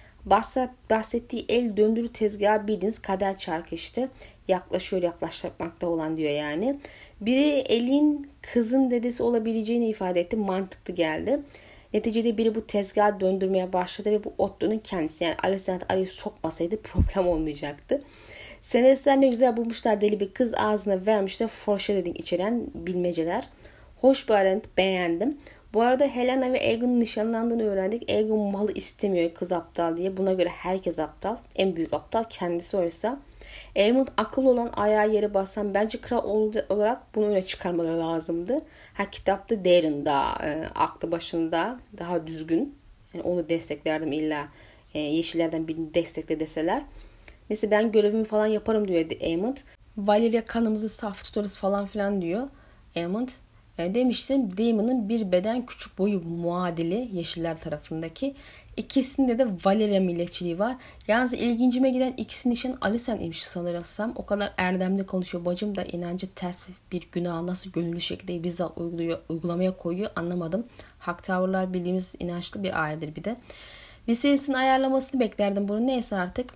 Bahsettiği el döndürür tezgaha bildiğiniz kader çarkı işte. Yaklaşıyor yaklaşmakta olan diyor yani. Biri elin kızın dedesi olabileceğini ifade etti. Mantıklı geldi. Neticede biri bu tezgahı döndürmeye başladı ve bu Otto'nun kendisi yani Alicent arayı sokmasaydı problem olmayacaktı. Senaristler ne güzel bulmuşlar deli bir kız ağzına vermişler foreshadowing içeren bilmeceler. Hoş bir ayrıntı beğendim. Bu arada Helena ve Aegon'un nişanlandığını öğrendik. Aegon malı istemiyor kız aptal diye. Buna göre herkes aptal. En büyük aptal kendisi oysa. Aemond akıllı olan ayağı yere basan bence kral olarak bunu öne çıkarmaları lazımdı. Kitapta Daeron daha aklı başında daha düzgün. Yani onu desteklerdim illa yeşillerden birini destekle deseler. Neyse ben görevimi falan yaparım diyor Aemond. Valyria kanımızı saf tutarız falan filan diyor Aemond. Demiştim Daemon'ın bir beden küçük boyu muadili yeşiller tarafındaki. İkisinde de Valyria milletçiliği var. Yalnız ilgincime giden ikisinin için Alicent'iymiş sanırsam. O kadar erdemli konuşuyor. Bacım da inancı ters bir günah nasıl gönüllü şekilde bizzat uygulamaya koyuyor anlamadım. Hak tavırlar bildiğimiz inançlı bir ailedir bir de. Viserys'in ayarlamasını beklerdim bunu. Neyse artık.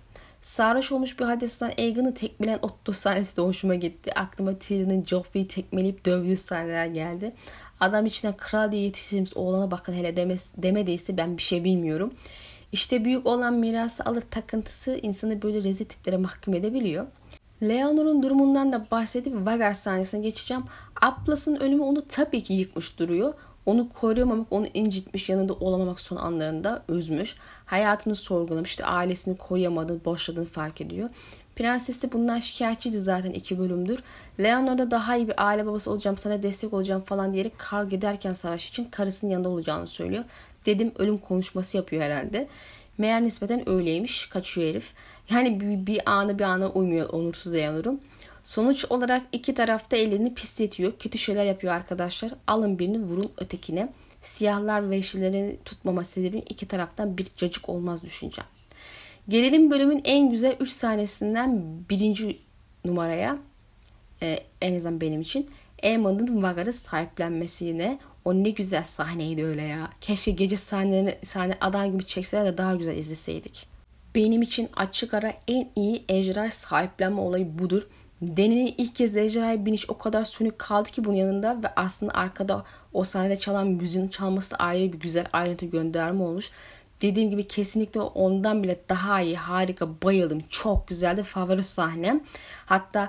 Sarhoş olmuş bir halde Stan Egan'ı tekmelen Otto sahnesi de hoşuma gitti. Aklıma Tyrion'un Joffrey'i tekmeleyip dövdüğü sahneler geldi. Adam içinden kral diye yetiştirdiğimiz oğlana bakın hele demediyse ben bir şey bilmiyorum. İşte büyük olan mirası alır takıntısı insanı böyle rezil tiplere mahkum edebiliyor. Leonor'un durumundan da bahsedip Vhagar sahnesine geçeceğim. Ablas'ın ölümü onu tabii ki yıkmış duruyor. Onu koruyamamak, onu incitmiş, yanında olamamak son anlarında üzmüş. Hayatını sorgulamış, işte ailesini koruyamadığını, boşladığını fark ediyor. Prenses de bundan şikayetçiydi zaten 2 bölümdür. Leonor da daha iyi bir aile babası olacağım, sana destek olacağım falan diyerek kar giderken savaş için karısının yanında olacağını söylüyor. Dedim ölüm konuşması yapıyor herhalde. Meğer nispeten öyleymiş. Kaçıyor herif. Yani bir ana uymuyor onursuz Leonor'un. Sonuç olarak iki tarafta ellerini pisletiyor. Kötü şeyler yapıyor arkadaşlar. Alın birini vurun ötekine. Siyahlar ve yeşillerin tutmama sebebi iki taraftan bir cacık olmaz düşüneceğim. Gelelim bölümün en güzel 3 sahnesinden birinci numaraya. En azından benim için. Aemond'un Vhagar'ı sahiplenmesine. O ne güzel sahneydi öyle ya. Keşke gece sahne adam gibi çekseler de daha güzel izleseydik. Benim için açık ara en iyi ejderha sahiplenme olayı budur. Deni'nin ilk kez ejderhaya biniş o kadar sönük kaldı ki bunun yanında ve aslında arkada o sahnede çalan müziğin çalması da ayrı bir güzel ayrıntı gönderme olmuş. Dediğim gibi kesinlikle ondan bile daha iyi, harika, bayıldım. Çok güzeldi, favori sahnem. Hatta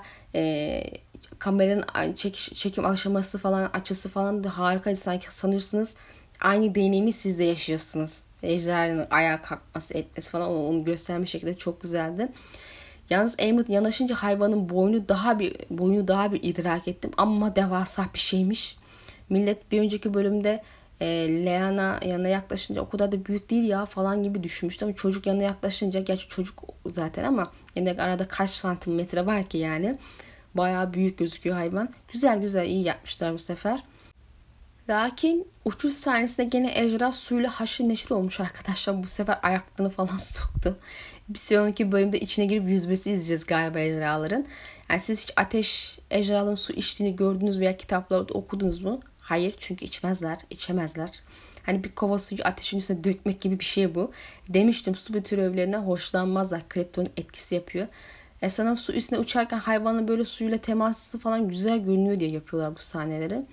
kameranın çekim aşaması falan, açısı falan da harikaydı. Sanki sanıyorsunuz aynı deneyimi siz de yaşıyorsunuz. Ejderhanın ayağa kalkması, etmesi falan onu göstermiş şekilde çok güzeldi. Yalnız Aemond yanaşınca hayvanın boynu daha bir idrak ettim. Ama devasa bir şeymiş. Millet bir önceki bölümde Lyanna yanına yaklaşınca o kadar da büyük değil ya falan gibi düşünmüştüm. Ama çocuk yanına yaklaşınca, gerçi çocuk zaten ama yine arada kaç santimetre var ki yani. Bayağı büyük gözüküyor hayvan. Güzel iyi yapmışlar bu sefer. Lakin uçuş sahnesinde gene ejderha suyla haşır neşir olmuş arkadaşlar. Bu sefer ayaklarını falan soktu. Bir sonraki bölümde içine girip yüzmesi izleyeceğiz galiba ejderhaların. Yani siz hiç ateş ejderhaların su içtiğini gördünüz veya kitaplarda okudunuz mu? Hayır, çünkü içemezler. Hani bir kova suyu ateşin üstüne dökmek gibi bir şey bu. Demiştim, su türevlerinden hoşlanmazlar. Kriptonun etkisi yapıyor. Sanırım su üstüne uçarken hayvanın böyle suyla teması falan güzel görünüyor diye yapıyorlar bu sahneleri.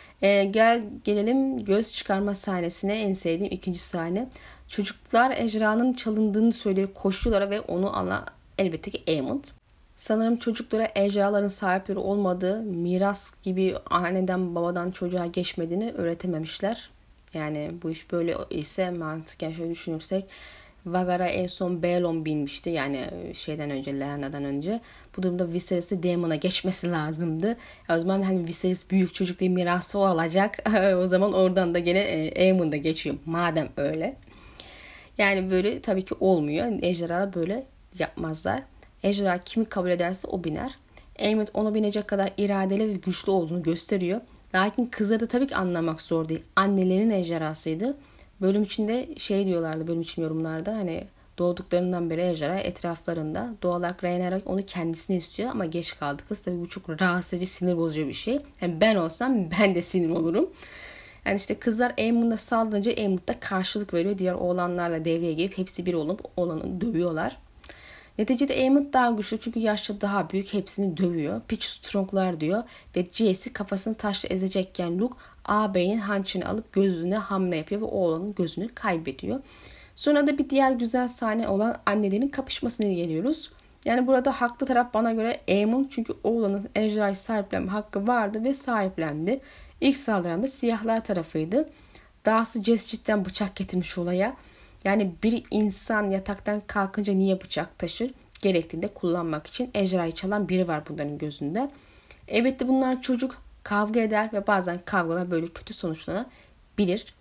Gelelim göz çıkarma sahnesine, en sevdiğim ikinci sahne. Çocuklar ejderhanın çalındığını söyleyip koşuyorlar ve onu alan elbette ki Aemond. Sanırım çocuklara ejderhaların sahipleri olmadığı, miras gibi anneden babadan çocuğa geçmediğini öğretememişler. Yani bu iş böyle ise mantıken şöyle düşünürsek Vhagar'a en son Balon binmişti. Yani şeyden önce, Lyanna'dan önce. Bu durumda Viserys'i Daemon'a geçmesi lazımdı. O zaman hani Viserys büyük çocuk diye mirası o alacak. O zaman oradan da gene Aemon'da geçiyor. Madem öyle. Yani böyle tabii ki olmuyor. Ejderha böyle yapmazlar. Ejderha kimi kabul ederse o biner. Aemond ona binecek kadar iradeli ve güçlü olduğunu gösteriyor. Lakin kızları da tabii ki anlamak zor değil. Annelerin ejderhasıydı. Bölüm içinde diyorlardı, bölüm için yorumlarda, hani doğduklarından beri ejderha etraflarında. Doğal olarak Rhaenyra onu kendisine istiyor ama geç kaldı kız. Tabii bu çok rahatsız edici, sinir bozucu bir şey. Yani ben olsam ben de sinir olurum. Yani işte kızlar Aemond'a saldırınca Aemond da karşılık veriyor. Diğer oğlanlarla devreye girip hepsi bir olup oğlanı dövüyorlar. Neticede Aemond daha güçlü çünkü yaşça daha büyük, hepsini dövüyor. Pitch stronglar diyor ve Jace'i kafasını taşla ezecekken Luke ağabeyinin hançerini alıp gözüne hamle yapıyor ve oğlanın gözünü kaybediyor. Sonra da bir diğer güzel sahne olan annelerin kapışmasına geliyoruz. Yani burada haklı taraf bana göre Aemond, çünkü oğlanın ejderhayı sahiplenme hakkı vardı ve sahiplendi. İlk saldıran da siyahlar tarafıydı. Dahası Jace cidden bıçak getirmiş olaya. Yani bir insan yataktan kalkınca niye bıçak taşır? Gerektiğinde kullanmak için ejderhayı çalan biri var bunların gözünde. Elbette bunlar çocuk, kavga eder ve bazen kavgalar böyle kötü sonuçlanabilir.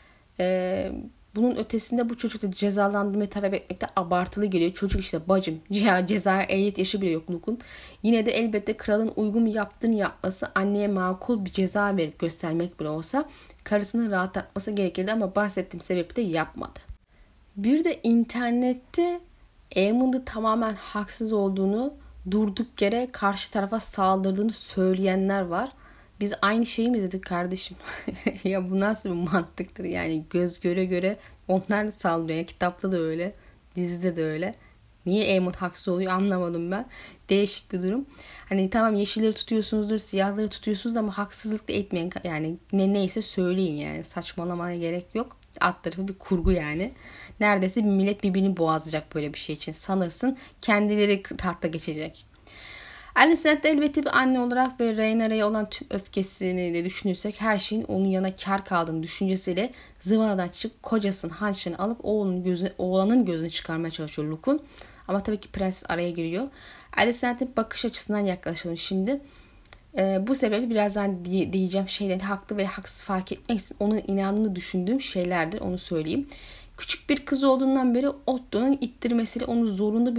Bunun ötesinde bu çocukta cezalandırmayı talep etmekte abartılı geliyor. Çocuk işte bacım, cezaya ehliyet yaşı bile yok Luke'un. Yine de elbette kralın uygun yaptığını yapması, anneye makul bir ceza verip göstermek bile olsa karısını rahatlatması gerekirdi ama bahsettiğim sebeple de yapmadı. Bir de internette Aemond'u tamamen haksız olduğunu, durduk yere karşı tarafa saldırdığını söyleyenler var. Biz aynı şeyi mi izledik kardeşim? Ya bu nasıl bir mantıktır? Yani göz göre göre onlar saldırıyor. Kitapta da öyle, dizide de öyle. Niye Aemon haksız oluyor anlamadım ben. Değişik bir durum. Hani tamam yeşilleri tutuyorsunuzdur, siyahları tutuyorsunuz ama haksızlık da etmeyin. Yani neyse söyleyin yani. Saçmalamaya gerek yok. Alt tarafı bir kurgu yani. Neredeyse bir millet birbirini boğazlayacak böyle bir şey için. Sanırsın kendileri tahta geçecek. Alicent de elbette bir anne olarak ve Rhaenyra'ya olan tüm öfkesini de düşünürsek her şeyin onun yana kar kaldığını düşüncesiyle zıvanadan çıkıp kocasının hançerini alıp oğlanın gözünü çıkarmaya çalışıyor Luke'un. Ama tabii ki prens araya giriyor. Alicent'in bakış açısından yaklaşalım şimdi. Bu sebeple birazdan diyeceğim şeylerin haklı ve haksız fark etmeksizin onun inandığını düşündüğüm şeylerdir, onu söyleyeyim. Küçük bir kız olduğundan beri Otto'nun ittirmesiyle ona zorunlu bir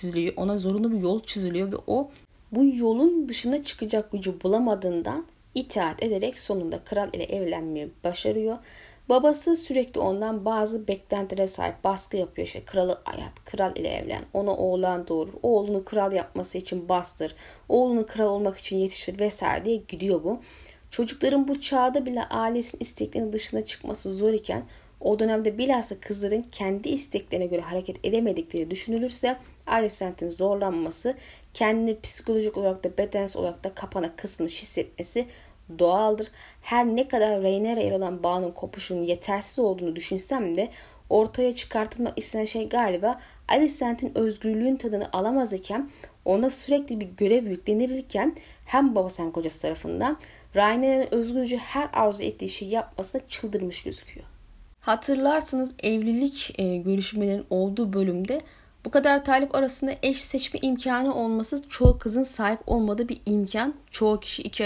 yol çiziliyor ve o bu yolun dışına çıkacak gücü bulamadığından itaat ederek sonunda kral ile evlenmeyi başarıyor. Babası sürekli ondan bazı beklentilere sahip, baskı yapıyor. İşte kralı hayat, kral ile evlen, ona oğlan doğurur, oğlunu kral yapması için bastır, oğlunu kral olmak için yetiştir vesaire diye gidiyor bu. Çocukların bu çağda bile ailesinin isteklerinin dışına çıkması zor iken o dönemde bilhassa kızların kendi isteklerine göre hareket edemedikleri düşünülürse Alicent'in zorlanması, kendini psikolojik olarak da bedensel olarak da kapana kısmış hissetmesi doğaldır. Her ne kadar Rhaenyra ile olan bağının kopuşunun yetersiz olduğunu düşünsem de ortaya çıkartılmak istenen şey galiba Alicent'in özgürlüğün tadını alamaz iken ona sürekli bir görev yüklenirken hem babası hem kocası tarafından Rhaenyra'nın özgürce her arzu ettiği şeyi yapmasına çıldırmış gözüküyor. Hatırlarsınız evlilik görüşmelerinin olduğu bölümde bu kadar talip arasında eş seçme imkanı olması çoğu kızın sahip olmadığı bir imkan. Çoğu kişi iki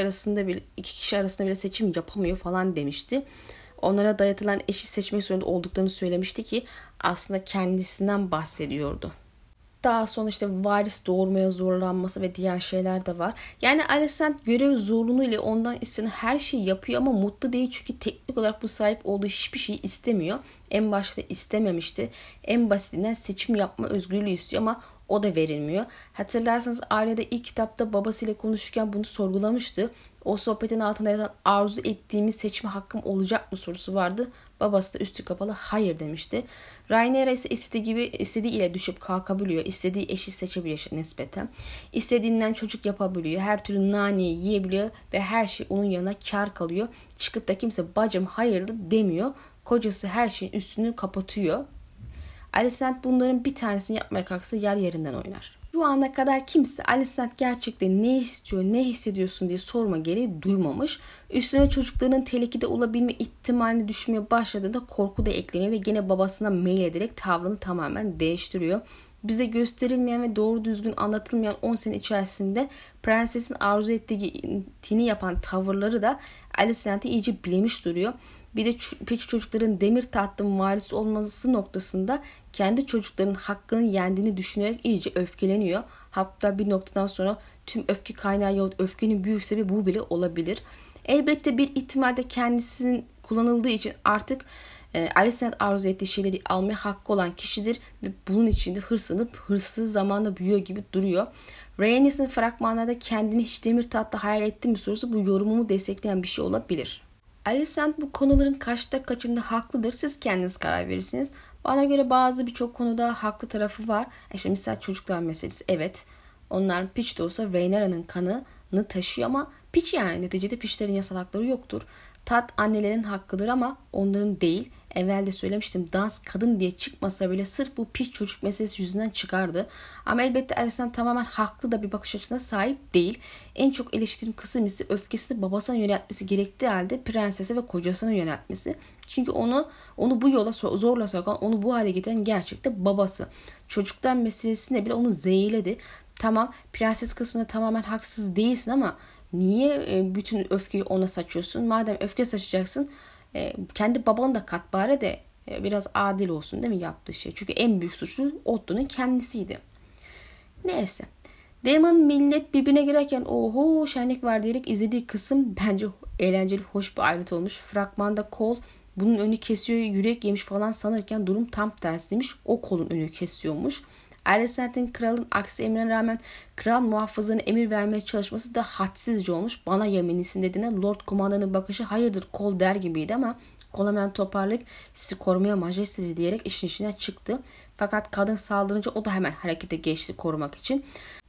kişi arasında bile seçim yapamıyor falan demişti. Onlara dayatılan eşi seçmek zorunda olduklarını söylemişti ki aslında kendisinden bahsediyordu. Daha sonra işte varis doğurmaya zorlanması ve diğer şeyler de var. Yani Alicent görev zorunlu ile ondan istenen her şeyi yapıyor ama mutlu değil. Çünkü teknik olarak bu sahip olduğu hiçbir şeyi istemiyor. En başta istememişti. En basitinden seçim yapma özgürlüğü istiyor ama o da verilmiyor. Hatırlarsanız ailede ilk kitapta babasıyla konuşurken bunu sorgulamıştı. O sohbetin altında yatan arzu ettiğimiz seçme hakkım olacak mı sorusu vardı. Babası da üstü kapalı hayır demişti. Rhaenyra ise istediği ile düşüp kalkabiliyor. İstediği eşi seçebiliyor nispeten. İstediğinden çocuk yapabiliyor. Her türlü naneyi yiyebiliyor ve her şey onun yanına kar kalıyor. Çıkıp da kimse bacım hayırdır demiyor. Kocası her şeyin üstünü kapatıyor. Alicent bunların bir tanesini yapmaya kalksa yer yerinden oynar. Şu ana kadar kimse Alicent gerçekten ne istiyor, ne hissediyorsun diye sorma gereği duymamış. Üstüne çocuklarının tehlikede olabilme ihtimalini düşünmeye başladığında korku da ekleniyor ve gene babasına mail ederek tavrını tamamen değiştiriyor. Bize gösterilmeyen ve doğru düzgün anlatılmayan 10 sene içerisinde prensesin arzu ettiğini yapan tavırları da Alicent'i iyice bilemiş duruyor. Bir de Peach çocukların demir tahtın varisi olması noktasında kendi çocuklarının hakkını yendiğini düşünerek iyice öfkeleniyor. Hatta bir noktadan sonra tüm öfke kaynağı yahut öfkenin büyük sebebi bu bile olabilir. Elbette bir ihtimalde kendisinin kullanıldığı için artık Alicent arzu ettiği şeyleri almaya hakkı olan kişidir ve bunun için de hırsı zamanla büyüyor gibi duruyor. Rhaenys'in fragmanlarda kendini hiç demir tahtta hayal etti mi sorusu bu yorumumu destekleyen bir şey olabilir. Alicent bu konuların kaçında haklıdır. Siz kendiniz karar verirsiniz. Bana göre birçok konuda haklı tarafı var. İşte misal çocuklar meselesi. Evet. Onlar Peach de olsa Rhaenyra'nın kanını taşıyor ama Peach yani neticede Peach'lerin yasal hakları yoktur. Tat annelerin hakkıdır ama onların değil. Evvel de söylemiştim dans kadın diye çıkmasa bile sırf bu Peach çocuk meselesi yüzünden çıkardı. Ama elbette Alicent tamamen haklı da bir bakış açısına sahip değil. En çok eleştirdiğim kısım ise öfkesini babasına yöneltmesi gerektiği halde prensese ve kocasına yöneltmesi. Çünkü onu bu yola zorla sokan, onu bu hale getiren gerçekten babası. Çocuklar meselesinde bile onu zehirledi. Tamam prenses kısmında tamamen haksız değilsin ama niye bütün öfkeyi ona saçıyorsun? Madem öfke saçacaksın kendi babanı da kat bari de biraz adil olsun değil mi yaptığı şey? Çünkü en büyük suçlu Otto'nun kendisiydi. Neyse. Daemon millet birbirine girerken oho şenlik var diyerek izlediği kısım bence eğlenceli, hoş bir ayrıntı olmuş. Fragmanda kol bunun önü kesiyor, yürek yemiş falan sanırken durum tam tersiymiş. O kolun önü kesiyormuş. Alicent'in kralın aksi emrine rağmen kral muhafızlarına emir vermeye çalışması da hadsizce olmuş. Bana yeminlisin dediğine Lord Kumandan'ın bakışı hayırdır kol der gibiydi ama kol hemen toparlayıp sizi korumaya majesteleri diyerek işin içine çıktı. Fakat kadın saldırınca o da hemen harekete geçti korumak için.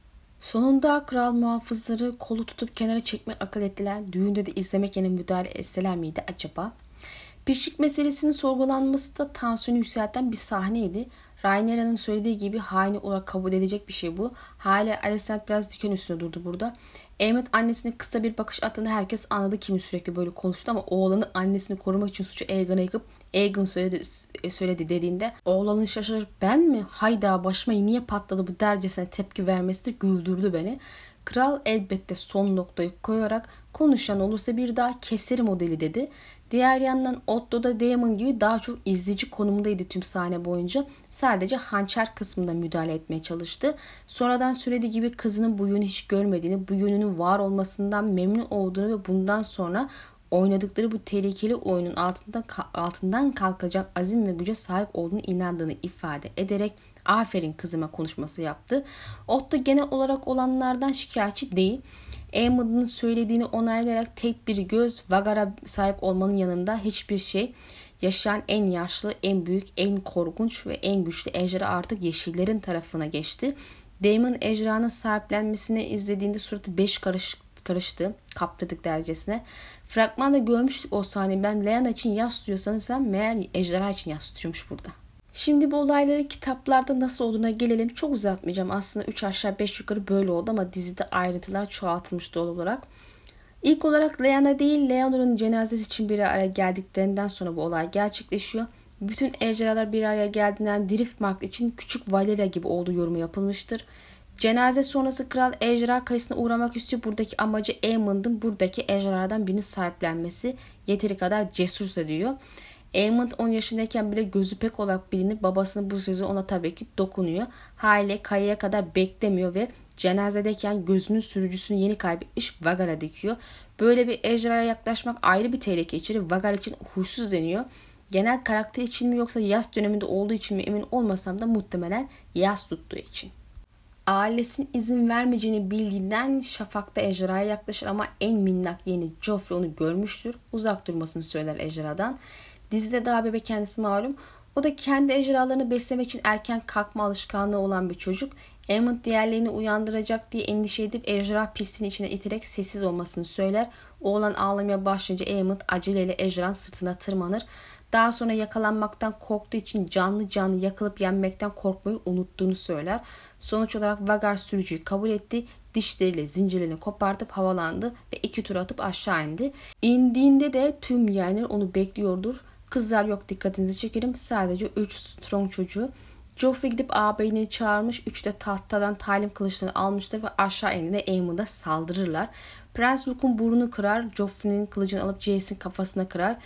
Sonunda kral muhafızları kolu tutup kenara çekmek akıl ettiler. Düğünde de izlemek yerine müdahale etseler miydi acaba? Pişlik meselesinin sorgulanması da tansiyonu yükselten bir sahneydi. Rhaenyra'nın söylediği gibi hain olarak kabul edilecek bir şey bu. Hala Alicent biraz diken üstüne durdu burada. Aemond annesine kısa bir bakış attığında herkes anladı kimin sürekli böyle konuştu ama oğlanı annesini korumak için suçu Aegon'a yıkıp Aegon söyledi dediğinde oğlanın şaşırıp ben mi? Hayda başıma niye patladı bu dercesine tepki vermesi de güldürdü beni. Kral elbette son noktayı koyarak konuşan olursa bir daha keserim o deli dedi. Diğer yandan Otto da Daemon gibi daha çok izleyici konumundaydı tüm sahne boyunca. Sadece hançer kısmında müdahale etmeye çalıştı. Sonradan söylediği gibi kızının bu yönü hiç görmediğini, bu yönünün var olmasından memnun olduğunu ve bundan sonra oynadıkları bu tehlikeli oyunun altından kalkacak azim ve güce sahip olduğunu inandığını ifade ederek aferin kızıma konuşması yaptı. Otto genel olarak olanlardan şikayetçi değil. Aemond'un söylediğini onaylayarak tek bir göz Vhagar'a sahip olmanın yanında hiçbir şey yaşayan en yaşlı, en büyük, en korkunç ve en güçlü ejderha artık yeşillerin tarafına geçti. Daemon ejderhanın sahiplenmesini izlediğinde suratı 5 karıştı. Kapladık derecesine. Fragmanda görmüştük o sahneyi. Ben Lyanna için yas tutuyor sanırsam meğer ejderha için yas tutuyormuş burada. Şimdi bu olayları kitaplarda nasıl olduğuna gelelim. Çok uzatmayacağım. Aslında 3 aşağı 5 yukarı böyle oldu ama dizide ayrıntılar çoğaltılmış doğal olarak. İlk olarak Lyanna değil Laenor'un cenazesi için bir araya geldiklerinden sonra bu olay gerçekleşiyor. Bütün ejderhalar bir araya geldiğinden Driftmark için küçük Valyria gibi olduğu yorumu yapılmıştır. Cenaze sonrası kral ejderha kayısına uğramak istiyor. Buradaki amacı Aemond'un buradaki ejderhalardan birini sahiplenmesi. Yeteri kadar cesursa diyor. Aemond 10 yaşındayken bile gözü pek olarak bilinip babasının bu sözü ona tabii ki dokunuyor. Hale kayaya kadar beklemiyor ve cenazedeyken gözünün sürücüsünü yeni kaybetmiş Vhagar'a dikiyor. Böyle bir ejderhaya yaklaşmak ayrı bir tehlike içerir. Vhagar için huysuz deniyor. Genel karakter için mi yoksa yaz döneminde olduğu için mi emin olmasam da muhtemelen yaz tuttuğu için. Ailesinin izin vermeyeceğini bildiğinden şafakta ejderhaya yaklaşır ama en minnak yeğeni Joffrey onu görmüştür. Uzak durmasını söyler ejderhadan. Dizide daha bebek kendisi malum. O da kendi ejderhalarını beslemek için erken kalkma alışkanlığı olan bir çocuk. Aemond diğerlerini uyandıracak diye endişe edip ejderha pisliğin içine iterek sessiz olmasını söyler. Oğlan ağlamaya başlayınca Aemond aceleyle ejderhanın sırtına tırmanır. Daha sonra yakalanmaktan korktuğu için canlı canlı yakılıp yenmekten korkmayı unuttuğunu söyler. Sonuç olarak Vhagar sürücüyü kabul etti. Dişleriyle zincirlerini kopartıp havalandı ve 2 tur atıp aşağı indi. İndiğinde de tüm yeğenler onu bekliyordur. Kızlar yok dikkatinizi çekerim. Sadece 3 strong çocuğu. Joffrey gidip ağabeyini çağırmış. 3 de tahtadan talim kılıçlarını almışlar ve aşağı indiğinde Aemond'a saldırırlar. Prens Luke'un burnunu kırar. Joffrey'nin kılıcını alıp Jace'in kafasına kırar.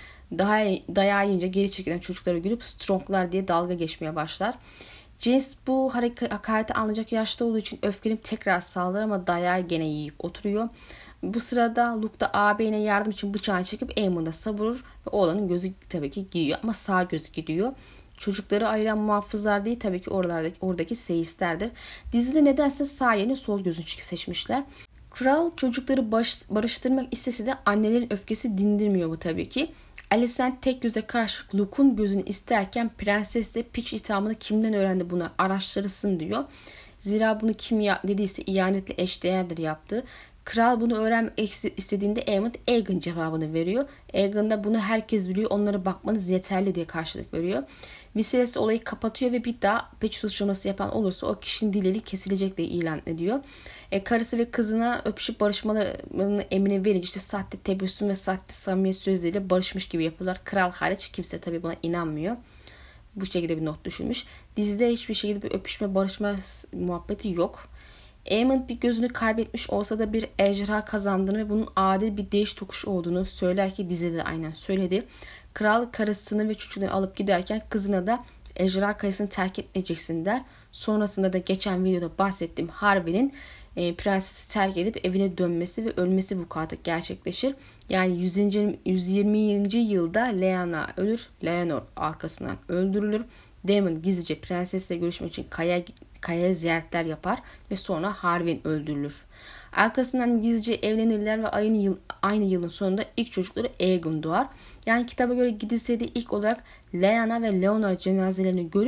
Dayağı yiyince geri çekilen çocukları görüp stronglar diye dalga geçmeye başlar. Jace bu hakareti anlayacak yaşta olduğu için öfkelenip tekrar saldırır ama dayağı gene yiyip oturuyor. Bu sırada Luke da ağabeyine yardım için bıçağını çekip Aemond'a savurur ve oğlanın gözü tabii ki gidiyor ama sağ gözü gidiyor. Çocukları ayıran muhafızlar değil tabii ki oradaki seyislerdir. Dizide nedense sağ yerine sol gözünü seçmişler. Kral çocukları barıştırmak istese de annelerin öfkesi dindirmiyor bu tabii ki. Alicent tek göze karşı Luke'un gözünü isterken prenses de piç ithamını kimden öğrendi bunlar araştırılsın diyor. Zira bunu kim dediyse ihanetle eşdeğerdir yaptığı. Kral bunu öğrenmek istediğinde Aemond Aegon cevabını veriyor. Aegon da bunu herkes biliyor onlara bakmanız yeterli diye karşılık veriyor. Viserys olayı kapatıyor ve bir daha peç suçlaması yapan olursa o kişinin dilleri kesilecek diye ilan ediyor. Karısı ve kızına öpüşüp barışmalarını emrine verince işte sahte tebessüm ve sahte samimiyet sözleriyle barışmış gibi yapıyorlar. Kral hariç kimse tabii buna inanmıyor. Bu şekilde bir not düşülmüş. Dizide hiçbir şekilde bir öpüşme barışma muhabbeti yok. Aemond bir gözünü kaybetmiş olsa da bir ejderha kazandığını ve bunun adil bir değiş tokuş olduğunu söyler ki dizide de aynen söyledi. Kral karısını ve çocuklarını alıp giderken kızına da ejderha kayısını terk etmeyeceksin der. Sonrasında da geçen videoda bahsettiğim Harvey'nin prensesi terk edip evine dönmesi ve ölmesi vukuatı gerçekleşir. Yani 120. yılda Lyanna ölür. Laenor arkasından öldürülür. Daemon gizlice prensesle görüşmek için kayaya ziyaretler yapar ve sonra Harwin öldürülür. Arkasından gizlice evlenirler ve aynı yılın sonunda ilk çocukları Aegon doğar. Yani kitaba göre gidilseydi ilk olarak Lyanna ve Laenor cenazelerini görüp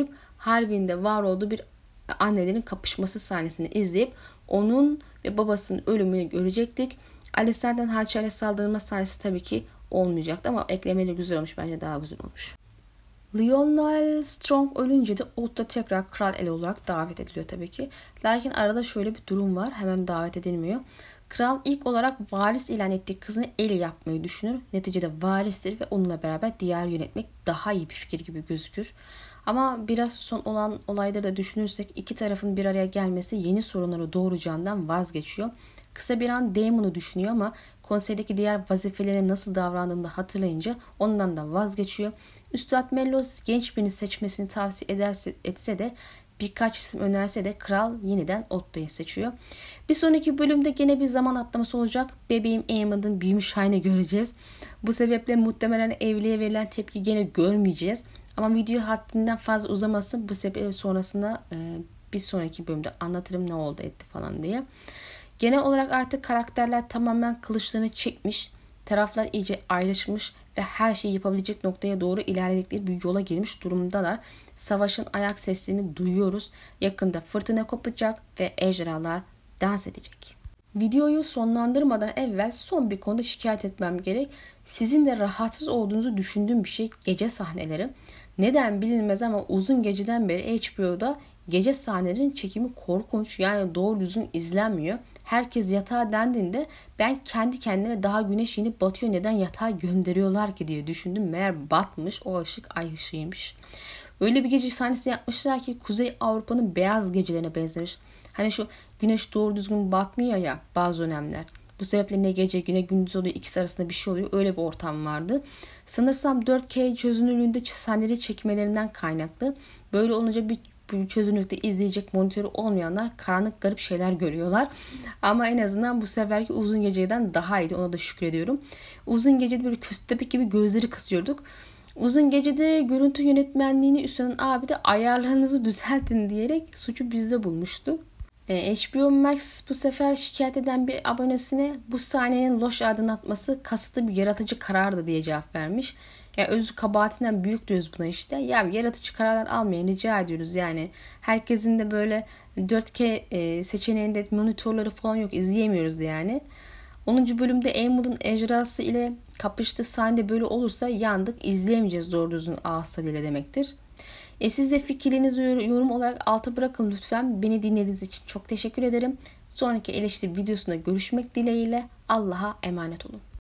harbinde var olduğu bir annelerin kapışması sahnesini izleyip onun ve babasının ölümünü görecektik. Alicent'den hançerle saldırma sahnesi tabii ki olmayacaktı ama eklemeleri güzel olmuş. Bence daha güzel olmuş. Lionel Strong ölünce de Otto tekrar kral eli olarak davet ediliyor tabii ki. Lakin arada şöyle bir durum var. Hemen davet edilmiyor. Kral ilk olarak varis ilan ettiği kızını el yapmayı düşünür. Neticede varistir ve onunla beraber diyar yönetmek daha iyi bir fikir gibi gözükür. Ama biraz son olan olayları da düşünürsek iki tarafın bir araya gelmesi yeni sorunları doğuracağından vazgeçiyor. Kısa bir an Daemon'u düşünüyor ama konseydeki diğer vazifelere nasıl davrandığını da hatırlayınca ondan da vazgeçiyor. Üstad Mellos genç birini seçmesini tavsiye etse de birkaç isim önerse de kral yeniden Otto'yu seçiyor. Bir sonraki bölümde gene bir zaman atlaması olacak. Bebeğim Aemond'un büyümüş halini göreceğiz. Bu sebeple muhtemelen evliliğe verilen tepki gene görmeyeceğiz. Ama video haddinden fazla uzamasın. Bu sebeple sonrasında bir sonraki bölümde anlatırım ne oldu etti falan diye. Genel olarak artık karakterler tamamen kılıçlarını çekmiş. Taraflar iyice ayrışmış ve her şeyi yapabilecek noktaya doğru ilerledikleri bir yola girmiş durumdalar. Savaşın ayak seslerini duyuyoruz. Yakında fırtına kopacak ve ejderhalar dans edecek. Videoyu sonlandırmadan evvel son bir konuda şikayet etmem gerek. Sizin de rahatsız olduğunuzu düşündüğüm bir şey gece sahneleri. Neden bilinmez ama uzun geceden beri HBO'da gece sahnelerinin çekimi korkunç. Yani doğru düzgün izlenmiyor. Herkes yatağa dendiğinde ben kendi kendime daha güneş yeni batıyor neden yatağa gönderiyorlar ki diye düşündüm. Meğer batmış, o ışık ay ışığıymış. Öyle bir gece sahnesi yapmışlar ki Kuzey Avrupa'nın beyaz gecelerine benzemiş. Hani şu güneş doğru düzgün batmıyor ya bazı dönemler. Bu sebeple ne gece ne gündüz oluyor, ikisi arasında bir şey oluyor. Öyle bir ortam vardı. Sanırsam 4K çözünürlüğünde sahneleri çekmelerinden kaynaklı. Böyle olunca bir çözünürlükte izleyecek monitörü olmayanlar karanlık garip şeyler görüyorlar. Ama en azından bu seferki uzun geceden daha iyiydi. Ona da şükrediyorum. Uzun gecede böyle köstebek gibi gözleri kısıyorduk. Uzun gecede görüntü yönetmenliğini üstlenen abi de ayarlarınızı düzeltin diyerek suçu bizde bulmuştu. HBO Max bu sefer şikayet eden bir abonesine bu sahnenin loş aydınlatması kasıtlı bir yaratıcı karardı diye cevap vermiş. Ya özü kabahatinden büyük diyoruz buna işte. Ya yaratıcı kararlar almayın rica ediyoruz yani. Herkesin de böyle 4K seçeneğinde monitörleri falan yok izleyemiyoruz yani. 10. bölümde Aemond'un ejderhası ile kapıştığı sahnede böyle olursa yandık izleyemeyeceğiz doğru düzgün ağız tadıyla demektir. Siz de fikirlerinizi yorum olarak alta bırakın lütfen. Beni dinlediğiniz için çok teşekkür ederim. Sonraki eleştiri videosunda görüşmek dileğiyle Allah'a emanet olun.